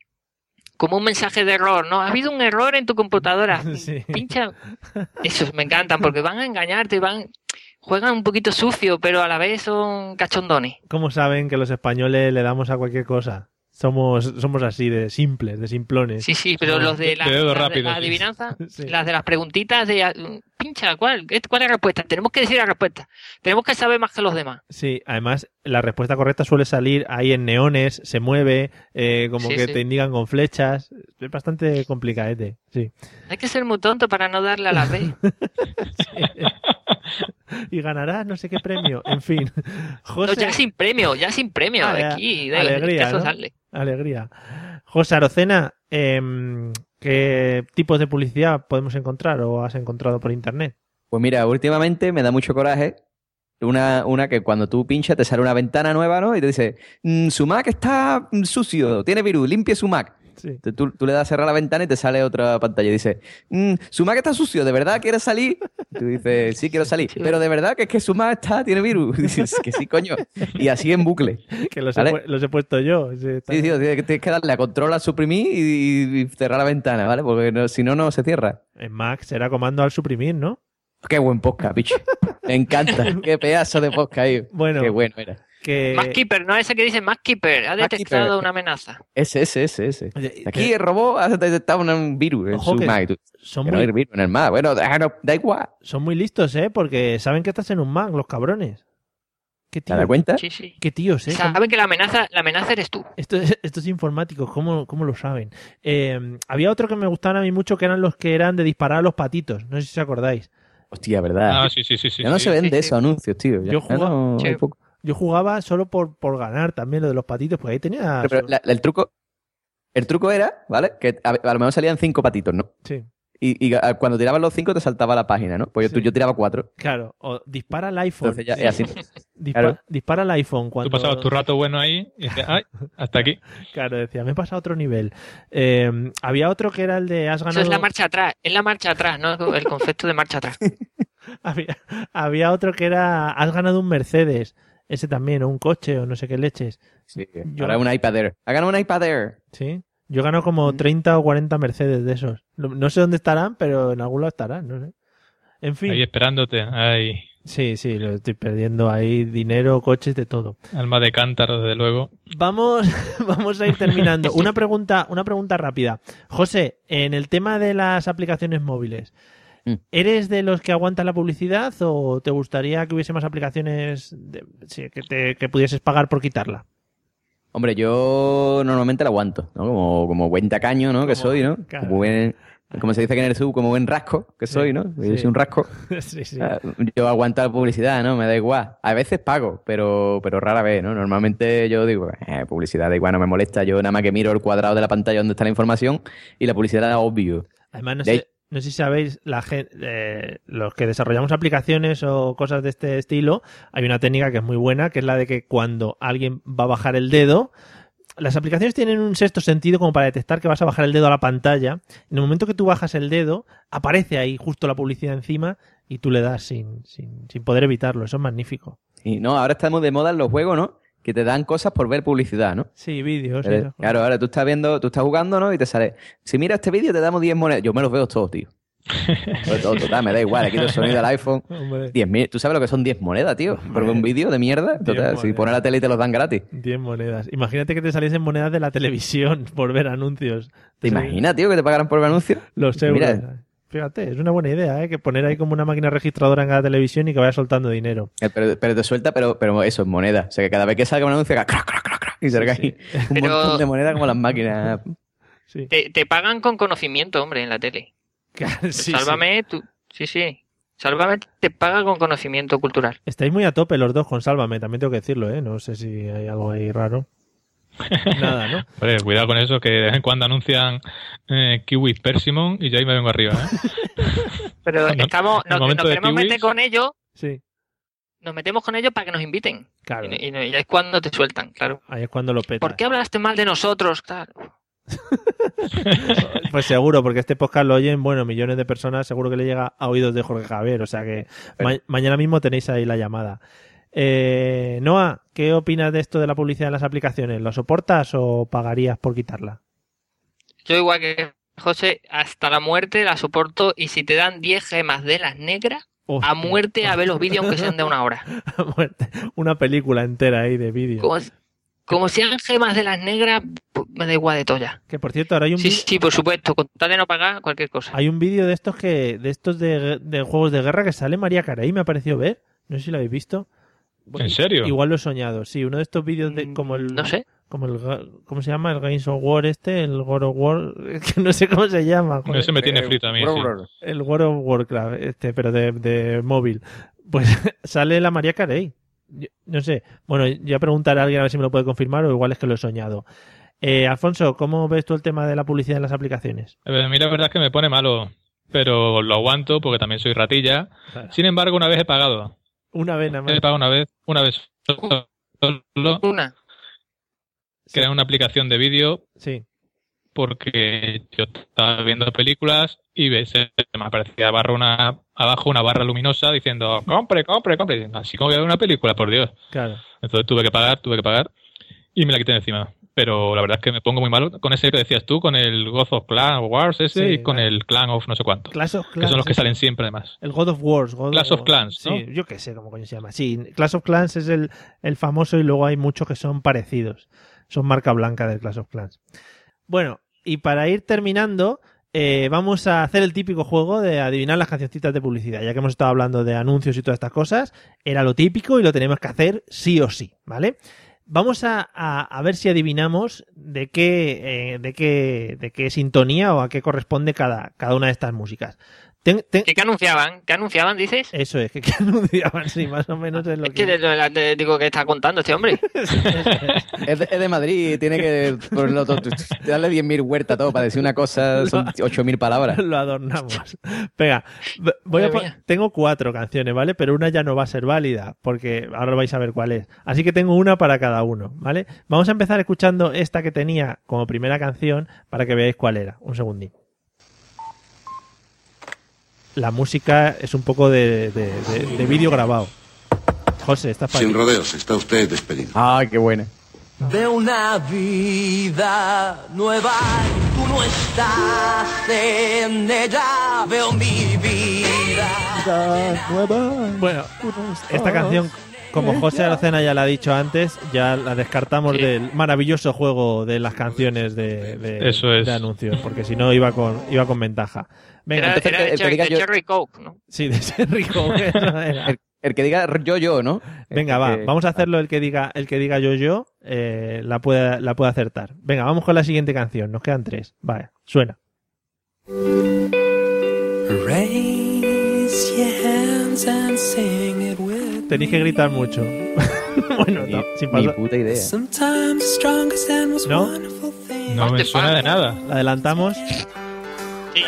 Speaker 4: un mensaje de error, ¿no? Ha habido un error en tu computadora.
Speaker 2: Sí.
Speaker 4: Pincha. Esos me encantan porque van a engañarte, juegan un poquito sucio, pero a la vez son cachondones.
Speaker 2: ¿Cómo saben que los españoles le damos a cualquier cosa? Somos así, de simples, de simplones.
Speaker 4: Sí, pero los de la
Speaker 3: dedo rápido,
Speaker 4: la
Speaker 3: sí.
Speaker 4: adivinanza,
Speaker 2: Sí.
Speaker 4: las de las preguntitas de pincha, ¿cuál es la respuesta? Tenemos que decir la respuesta. Tenemos que saber más que los demás.
Speaker 2: Sí, además la respuesta correcta suele salir ahí en neones, se mueve, como
Speaker 4: Sí,
Speaker 2: que
Speaker 4: sí.
Speaker 2: te indican con flechas. Es bastante complicadete, sí.
Speaker 4: Hay que ser muy tonto para no darle a la B.
Speaker 2: Y ganarás no sé qué premio. En fin. José...
Speaker 4: No, ya sin premio.
Speaker 2: Ah, ya.
Speaker 4: Aquí,
Speaker 2: Alegría,
Speaker 4: eso
Speaker 2: ¿no?
Speaker 4: sale.
Speaker 2: Alegría. José Arocena, ¿qué tipos de publicidad podemos encontrar o has encontrado por internet?
Speaker 6: Pues mira, últimamente me da mucho coraje una que cuando tú pinchas te sale una ventana nueva, ¿no? Y te dice, su Mac está sucio, tiene virus, limpie su Mac.
Speaker 2: Sí.
Speaker 6: Entonces, tú le das a cerrar la ventana y te sale otra pantalla y dice, su Mac está sucio, ¿de verdad quieres salir? Y tú dices, sí, quiero salir. Pero de verdad que es que su Mac tiene virus. Y dices, que sí, coño. Y así en bucle.
Speaker 2: Que los,
Speaker 6: ¿Vale?
Speaker 2: los he puesto yo. Sí, está-
Speaker 6: Sí, tío, tienes que darle a control, a suprimir y cerrar la ventana, ¿vale? Porque si no, no se cierra.
Speaker 2: En Mac será comando al suprimir, ¿no?
Speaker 6: Qué buen podcast, bicho. Me encanta. Qué pedazo de podcast ahí.
Speaker 2: Bueno.
Speaker 6: Qué bueno era.
Speaker 2: Que...
Speaker 4: Maskkeeper, no ese que dice Maskkeeper, ha detectado
Speaker 6: Maskkeeper.
Speaker 4: una amenaza.
Speaker 6: Ese.
Speaker 2: Oye,
Speaker 6: Aquí
Speaker 2: que-
Speaker 6: el robot ha detectado un virus en
Speaker 2: Ojo
Speaker 6: su
Speaker 2: que
Speaker 6: Mac. Y tú,
Speaker 2: son
Speaker 6: que no
Speaker 2: muy-
Speaker 6: hay virus en el Mac. Bueno, da igual.
Speaker 2: Son muy listos, ¿eh? Porque saben que estás en un Mac, los cabrones. ¿Qué
Speaker 6: ¿Te das
Speaker 2: tío?
Speaker 6: cuenta?
Speaker 4: Sí, sí.
Speaker 2: ¿Qué tíos, eh?
Speaker 4: Saben que la amenaza eres tú.
Speaker 2: Estos informáticos, ¿cómo lo saben? Había otro que me gustaban a mí mucho, que eran los que eran de disparar a los patitos. No sé si os acordáis.
Speaker 6: Hostia, ¿verdad?
Speaker 3: Ah, sí.
Speaker 6: Ya no se vende
Speaker 4: sí,
Speaker 6: esos anuncios, tío. Ya,
Speaker 2: Yo
Speaker 6: ya
Speaker 2: jugaba-
Speaker 6: no-
Speaker 4: Sí.
Speaker 6: hay poco.
Speaker 2: Yo jugaba solo por ganar también lo de los patitos, porque ahí tenía...
Speaker 6: Pero el truco era, ¿vale? Que a lo mejor salían 5 patitos, ¿no?
Speaker 2: Sí.
Speaker 6: Y cuando tirabas los 5 te saltaba la página, ¿no? Pues yo tiraba 4.
Speaker 2: Claro, o dispara al iPhone.
Speaker 6: Entonces ya es así.
Speaker 2: Dispara,
Speaker 6: Claro.
Speaker 2: dispara al iPhone cuando...
Speaker 3: Tú pasabas tu rato bueno ahí y dices, ¡ay! Hasta aquí.
Speaker 2: Claro, decía, me he pasado a otro nivel. Había otro que era el de has
Speaker 4: Eso
Speaker 2: ganado...
Speaker 4: es la marcha atrás, ¿no? El concepto de marcha atrás.
Speaker 2: había otro que era has ganado un Mercedes. Ese también, o un coche, o no sé qué leches.
Speaker 6: Sí, ahora un iPad Air. Ha ganado un iPad Air.
Speaker 2: Sí. Yo gano como 30 o 40 Mercedes de esos. No sé dónde estarán, pero en algún lado estarán, no sé. En fin.
Speaker 3: Ahí esperándote. Ay,
Speaker 2: Sí, lo estoy perdiendo ahí. Dinero, coches, de todo.
Speaker 3: alma de cántaro, desde luego.
Speaker 2: Vamos a ir terminando. Una pregunta rápida. José, en el tema de las aplicaciones móviles, ¿eres de los que aguanta la publicidad o te gustaría que hubiese más aplicaciones que pudieses pagar por quitarla?
Speaker 6: Hombre, yo normalmente la aguanto, ¿no? Como buen tacaño, ¿no? Que soy, ¿no?
Speaker 2: Claro.
Speaker 6: Como se dice aquí en el sur, como buen rasco que soy, ¿no? Yo
Speaker 2: sí.
Speaker 6: soy un rasco.
Speaker 2: Sí.
Speaker 6: Yo aguanto la publicidad, ¿no? Me da igual. A veces pago, pero rara vez, ¿no? Normalmente yo digo, publicidad da igual, no me molesta. Yo nada más que miro el cuadrado de la pantalla donde está la información y la publicidad es obvio.
Speaker 2: Además, no sé si sabéis, los que desarrollamos aplicaciones o cosas de este estilo, hay una técnica que es muy buena, que es la de que cuando alguien va a bajar el dedo, las aplicaciones tienen un sexto sentido como para detectar que vas a bajar el dedo a la pantalla. En el momento que tú bajas el dedo, aparece ahí justo la publicidad encima y tú le das sin poder evitarlo. Eso es magnífico.
Speaker 6: Y no, ahora estamos de moda en los juegos, ¿no? Que te dan cosas por ver publicidad, ¿no?
Speaker 2: Sí, vídeos.
Speaker 6: Claro, ahora tú estás jugando, ¿no? Y te sale, si miras este vídeo te damos 10 monedas. Yo me los veo todos, tío. Total, me da igual, le quito el sonido al iPhone. 10.000, ¿tú sabes lo que son 10 monedas, tío? Por ver un vídeo de mierda. Total, si pones la tele y te los dan gratis.
Speaker 2: 10 monedas. Imagínate que te saliesen monedas de la televisión por ver anuncios.
Speaker 6: ¿Te imaginas, tío, que te pagaran por ver anuncios?
Speaker 2: Los euros.
Speaker 6: Mira.
Speaker 2: Fíjate, es una buena idea, ¿eh? Que poner ahí como una máquina registradora en cada televisión y que vaya soltando dinero.
Speaker 6: Pero te suelta, pero eso es moneda. O sea, que cada vez que salga un anuncio, haga crac, crac, crac, crac, y salga ahí un montón de moneda como las máquinas.
Speaker 2: Sí.
Speaker 4: Te pagan con conocimiento, hombre, en la tele.
Speaker 2: Sí,
Speaker 4: Sálvame, tú. Sí. Sálvame te paga con conocimiento cultural.
Speaker 2: Estáis muy a tope los dos con Sálvame, también tengo que decirlo, ¿eh? No sé si hay algo ahí raro. Nada, ¿no?
Speaker 3: Hombre, cuidado con eso, que de vez en cuando anuncian Kiwi Persimmon y yo ahí me vengo arriba, ¿eh?
Speaker 4: Pero nos queremos meter con ellos.
Speaker 2: Sí.
Speaker 4: Nos metemos con ellos para que nos inviten.
Speaker 2: Claro.
Speaker 4: Y es cuando te sueltan, claro.
Speaker 2: Ahí es cuando lo petas.
Speaker 4: ¿Por qué hablaste mal de nosotros? Claro.
Speaker 2: Pues seguro, porque este podcast lo oyen, millones de personas, seguro que le llega a oídos de Jorge Javier, o sea que mañana mismo tenéis ahí la llamada. Noa, ¿qué opinas de esto de la publicidad en las aplicaciones? ¿Lo soportas o pagarías por quitarla?
Speaker 4: Yo igual que José, hasta la muerte la soporto y si te dan 10 gemas de las negras, a muerte a ver los vídeos aunque sean de 1 hora.
Speaker 2: A muerte. Una película entera ahí de vídeos.
Speaker 4: Como sean gemas de las negras, me da igual de toalla.
Speaker 2: Que por cierto, ahora hay un
Speaker 4: Sí, por supuesto, con tal de no pagar cualquier cosa.
Speaker 2: Hay un vídeo de estos de juegos de guerra que sale María Carey, me ha parecido ver. No sé si lo habéis visto.
Speaker 3: ¿En serio?
Speaker 2: Igual lo he soñado, sí. Uno de estos vídeos como el...
Speaker 4: No sé.
Speaker 2: Como ¿cómo se llama? El Games of War el God of War... que no sé cómo se llama.
Speaker 3: Joder. Ese me tiene frito a mí, sí.
Speaker 2: El World of Warcraft, pero de móvil. Pues sale la María Carey. No sé. Bueno, ya preguntaré a alguien a ver si me lo puede confirmar o igual es que lo he soñado. Alfonso, ¿cómo ves tú el tema de la publicidad en las aplicaciones?
Speaker 3: A mí la verdad es que me pone malo, pero lo aguanto porque también soy ratilla. Claro. Sin embargo, una vez he pagado.
Speaker 2: Una vez nada más.
Speaker 3: He pagado una vez solo.
Speaker 4: Una.
Speaker 3: Que era una aplicación de vídeo.
Speaker 2: Sí.
Speaker 3: Porque yo estaba viendo películas y me aparecía abajo una barra luminosa diciendo compre. Así como que ver una película, por Dios.
Speaker 2: Claro.
Speaker 3: Entonces tuve que pagar y me la quité de encima. Pero la verdad es que me pongo muy malo con ese que decías tú, con el God of Clan Wars ese y con el Clan of no sé cuánto.
Speaker 2: Clash of Clans,
Speaker 3: que son los que salen siempre además.
Speaker 2: El God of Wars.
Speaker 3: Clash of Clans, ¿no?
Speaker 2: Sí, yo qué sé cómo coño se llama. Sí, Clash of Clans es el famoso y luego hay muchos que son parecidos. Son marca blanca del Clash of Clans. Bueno, y para ir terminando, vamos a hacer el típico juego de adivinar las cancioncitas de publicidad. Ya que hemos estado hablando de anuncios y todas estas cosas, era lo típico y lo tenemos que hacer sí o sí, ¿vale? Vamos a ver si adivinamos de qué sintonía o a qué corresponde cada una de estas músicas.
Speaker 4: ¿Qué anunciaban? ¿Qué anunciaban, dices?
Speaker 2: Eso es, que anunciaban, sí, más o menos es lo
Speaker 4: Es que digo que está contando este hombre.
Speaker 6: Es de Madrid, tiene que darle 10.000 huertas a todo para decir una cosa, son 8.000 palabras.
Speaker 2: Lo adornamos. Venga, tengo 4 canciones, ¿vale? Pero una ya no va a ser válida, porque ahora vais a ver cuál es. Así que tengo una para cada uno, ¿vale? Vamos a empezar escuchando esta que tenía como primera canción para que veáis cuál era. Un segundín. La música es un poco de vídeo grabado. José, estás para
Speaker 11: Sin rodeos, está usted despedido.
Speaker 6: ¡Ay, qué buena!
Speaker 7: Veo una vida nueva y tú no estás en ella. Veo mi vida
Speaker 2: nueva. Bueno, esta canción, como José Arocena ya la ha dicho antes, ya la descartamos del maravilloso juego de las canciones de anuncios, porque si no iba con ventaja. Venga,
Speaker 4: era de Cherry Coke, ¿no?
Speaker 2: Sí, de Cherry Coke.
Speaker 6: El que diga yo, ¿no?
Speaker 2: Venga, vamos a hacerlo el que diga yo, la puede acertar. Venga, vamos con la siguiente canción. Nos quedan 3. Vale, suena. Tenéis que gritar mucho. Bueno, no, sin pasar.
Speaker 6: Ni puta idea.
Speaker 2: ¿No?
Speaker 3: No me suena de nada.
Speaker 2: ¿La adelantamos?
Speaker 4: Sí,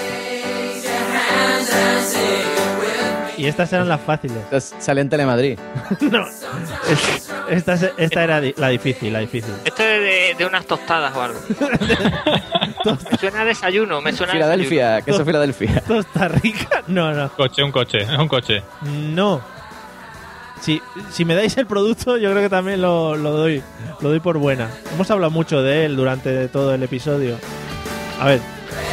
Speaker 2: Y estas eran las fáciles.
Speaker 6: Sale en Telemadrid.
Speaker 2: No. Esta era la difícil,
Speaker 4: Esto es de unas tostadas o algo. Me suena a desayuno,
Speaker 6: Filadelfia, queso Filadelfia.
Speaker 2: Tosta Rica. No.
Speaker 3: Un coche.
Speaker 2: No. Si me dais el producto, yo creo que también lo doy por buena. Hemos hablado mucho de él durante todo el episodio. A ver.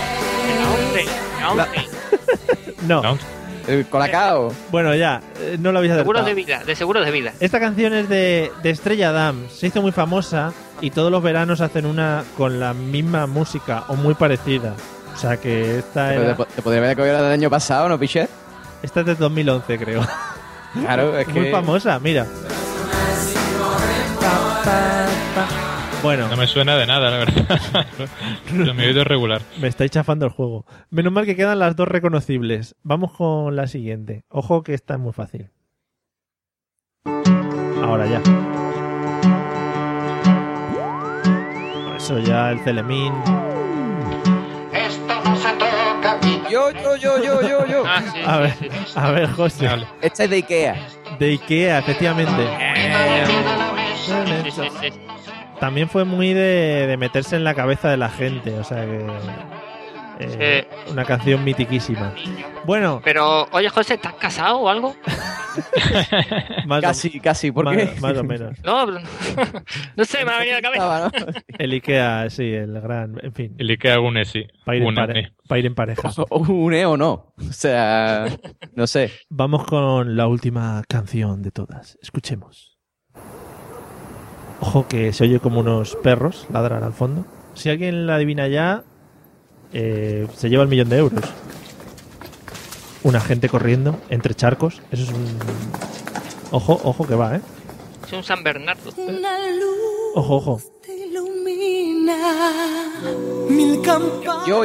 Speaker 2: No.
Speaker 6: El Colacao.
Speaker 2: Bueno, ya, no lo habéis acertado.
Speaker 4: De seguros de vida.
Speaker 2: Esta canción es de Estrella Damm. Se hizo muy famosa y todos los veranos hacen una con la misma música o muy parecida. O sea que esta era...
Speaker 6: ¿Te podría haber cogido del año pasado, no, Piché?
Speaker 2: Esta es de 2011, creo.
Speaker 6: Claro, es
Speaker 2: muy famosa, mira. Bueno.
Speaker 3: No me suena de nada, la verdad. Lo me he oído regular.
Speaker 2: Me estáis chafando el juego. Menos mal que quedan las 2 reconocibles. Vamos con la siguiente. Ojo que esta es muy fácil. Ahora ya. Eso ya, el Celemín.
Speaker 7: Esto no se toca.
Speaker 6: Yo.
Speaker 4: Ah, sí,
Speaker 2: a ver, José.
Speaker 3: Vale.
Speaker 6: Esta es de Ikea.
Speaker 2: De Ikea, efectivamente.
Speaker 4: Sí.
Speaker 2: También fue muy de meterse en la cabeza de la gente, o sea que... una canción mitiquísima. Bueno...
Speaker 4: Pero, oye, José, ¿estás casado o algo?
Speaker 6: Casi, ¿por qué?
Speaker 2: Más o menos.
Speaker 4: No sé, me ha venido a la cabeza.
Speaker 2: El Ikea, sí, el gran... En fin.
Speaker 3: El Ikea une, sí.
Speaker 2: Para ir en pareja.
Speaker 6: Une o no. O sea, no sé.
Speaker 2: Vamos con la última canción de todas. Escuchemos. Ojo que se oye como unos perros ladrar al fondo. Si alguien la adivina ya, se lleva el 1.000.000 de euros. Una gente corriendo entre charcos. Eso es un... Ojo que va, ¿eh?
Speaker 4: Es un San Bernardo.
Speaker 2: Ojo.
Speaker 6: Yo.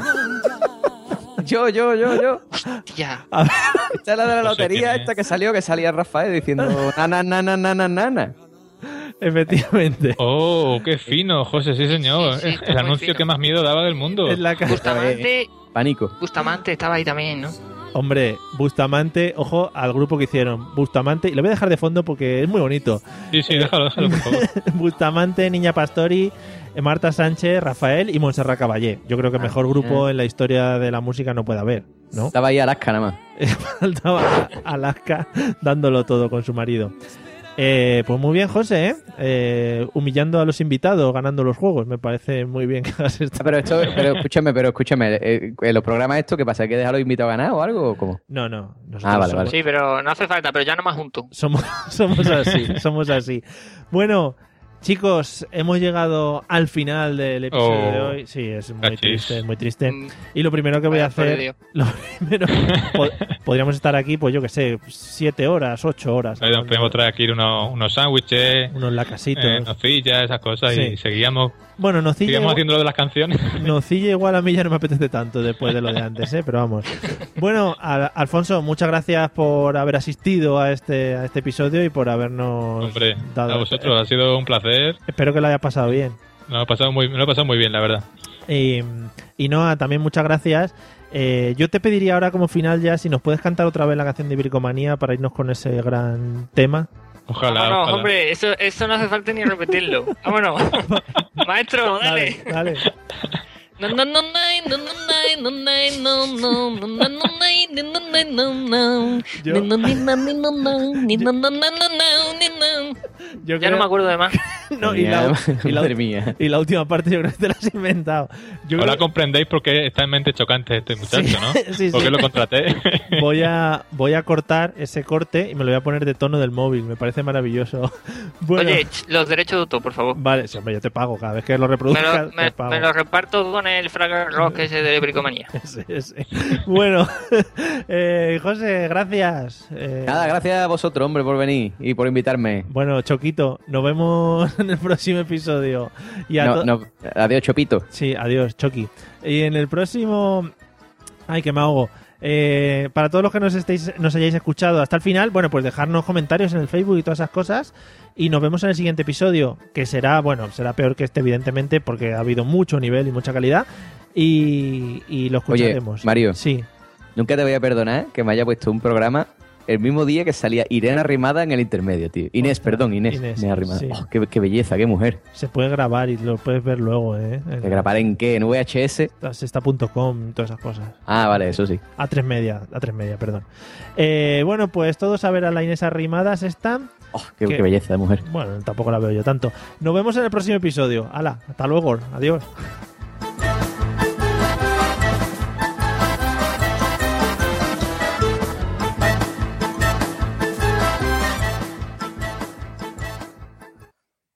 Speaker 4: Hostia.
Speaker 6: Esta es la de la lotería, esta que salía Rafael diciendo nana.
Speaker 2: Efectivamente.
Speaker 3: Oh, qué fino, José, sí señor.
Speaker 4: Sí,
Speaker 3: el anuncio
Speaker 4: fino.
Speaker 3: que más miedo daba del mundo.
Speaker 2: Es la
Speaker 6: Pánico.
Speaker 4: Bustamante estaba ahí también, ¿no?
Speaker 2: Hombre, Bustamante, ojo al grupo que hicieron. Bustamante, y lo voy a dejar de fondo porque es muy bonito.
Speaker 3: Sí, déjalo, por favor.
Speaker 2: Bustamante, Niña Pastori, Marta Sánchez, Rafael y Montserrat Caballé. Yo creo que mejor grupo en la historia de la música no puede haber, ¿no?
Speaker 6: Estaba ahí Alaska nada más.
Speaker 2: Faltaba Alaska dándolo todo con su marido. Pues muy bien, José, humillando a los invitados, ganando los juegos. Me parece muy bien que hagas esto.
Speaker 6: Pero escúchame, ¿los programas esto qué pasa? ¿Hay que dejar a los invitados ganar o algo o cómo?
Speaker 2: No.
Speaker 6: Vale.
Speaker 4: Sí, pero no hace falta, pero ya no más juntos.
Speaker 2: Somos así. Bueno, Chicos, hemos llegado al final del episodio de hoy. Sí, es muy triste, es muy triste. Y lo primero que voy a hacer... podríamos estar aquí, pues yo que sé, 7 horas, 8 horas.
Speaker 3: Nos podemos traer aquí unos sándwiches,
Speaker 2: unos lacasitos,
Speaker 3: nocillas, esas cosas, y seguíamos...
Speaker 2: Bueno, nocilla...
Speaker 3: Sigamos haciendo lo de las canciones.
Speaker 2: Nocilla igual a mí ya no me apetece tanto después de lo de antes, pero vamos. Bueno, Alfonso, muchas gracias por haber asistido a este episodio y por habernos...
Speaker 3: Hombre,
Speaker 2: dado...
Speaker 3: a vosotros, ha sido un placer.
Speaker 2: Espero que lo haya pasado bien.
Speaker 3: Me lo he pasado muy bien, la verdad.
Speaker 2: Y Noa, también muchas gracias. Yo te pediría ahora como final ya si nos puedes cantar otra vez la canción de Bricomanía para irnos con ese gran tema.
Speaker 3: Ojalá.
Speaker 4: Vámonos, hombre, eso no hace falta ni repetirlo. Vámonos. Maestro, dale.
Speaker 2: Dale.
Speaker 4: Ya no me acuerdo de más.
Speaker 2: No, madre mía. Y la última parte yo creo que te la has inventado.
Speaker 3: Ahora comprendéis por qué está en mente chocante este muchacho, ¿no?
Speaker 2: Sí,
Speaker 3: ¿Por qué lo contraté?
Speaker 2: Voy a cortar ese corte y me lo voy a poner de tono del móvil. Me parece maravilloso. Bueno.
Speaker 4: Oye, los derechos de autor, por favor.
Speaker 2: Vale, sí, hombre, yo te pago. Cada vez que lo reproduzcas, te pago.
Speaker 4: Me lo reparto con el Fraggle Rock ese de Bricomanía.
Speaker 2: Sí. Bueno, José, gracias.
Speaker 6: Nada, gracias a vosotros, hombre, por venir y por invitarme.
Speaker 2: Bueno, Choquito, nos vemos en el próximo episodio. Y
Speaker 6: adiós, Chopito.
Speaker 2: Sí, adiós, Choqui. Y en el próximo... Ay, que me ahogo. Para todos los que nos hayáis escuchado hasta el final, bueno, pues dejarnos comentarios en el Facebook y todas esas cosas. Y nos vemos en el siguiente episodio, que será peor que este, evidentemente, porque ha habido mucho nivel y mucha calidad. Y lo escucharemos.
Speaker 6: Oye, Mario.
Speaker 2: Sí.
Speaker 6: Nunca te voy a perdonar que me haya puesto un programa el mismo día que salía Irene Arrimada en el intermedio, tío. Inés Arrimada. Sí. Oh, qué belleza, qué mujer.
Speaker 2: Se puede grabar y lo puedes ver luego, ¿eh?
Speaker 6: ¿Grabar en qué? ¿En VHS?
Speaker 2: Sexta.com, todas esas cosas.
Speaker 6: Ah, vale, eso sí.
Speaker 2: A3 Media, perdón. Bueno, pues todos a ver a la Inés Arrimadas esta.
Speaker 6: Oh, qué belleza de mujer.
Speaker 2: Bueno, tampoco la veo yo tanto. Nos vemos en el próximo episodio. Hala, hasta luego. Adiós.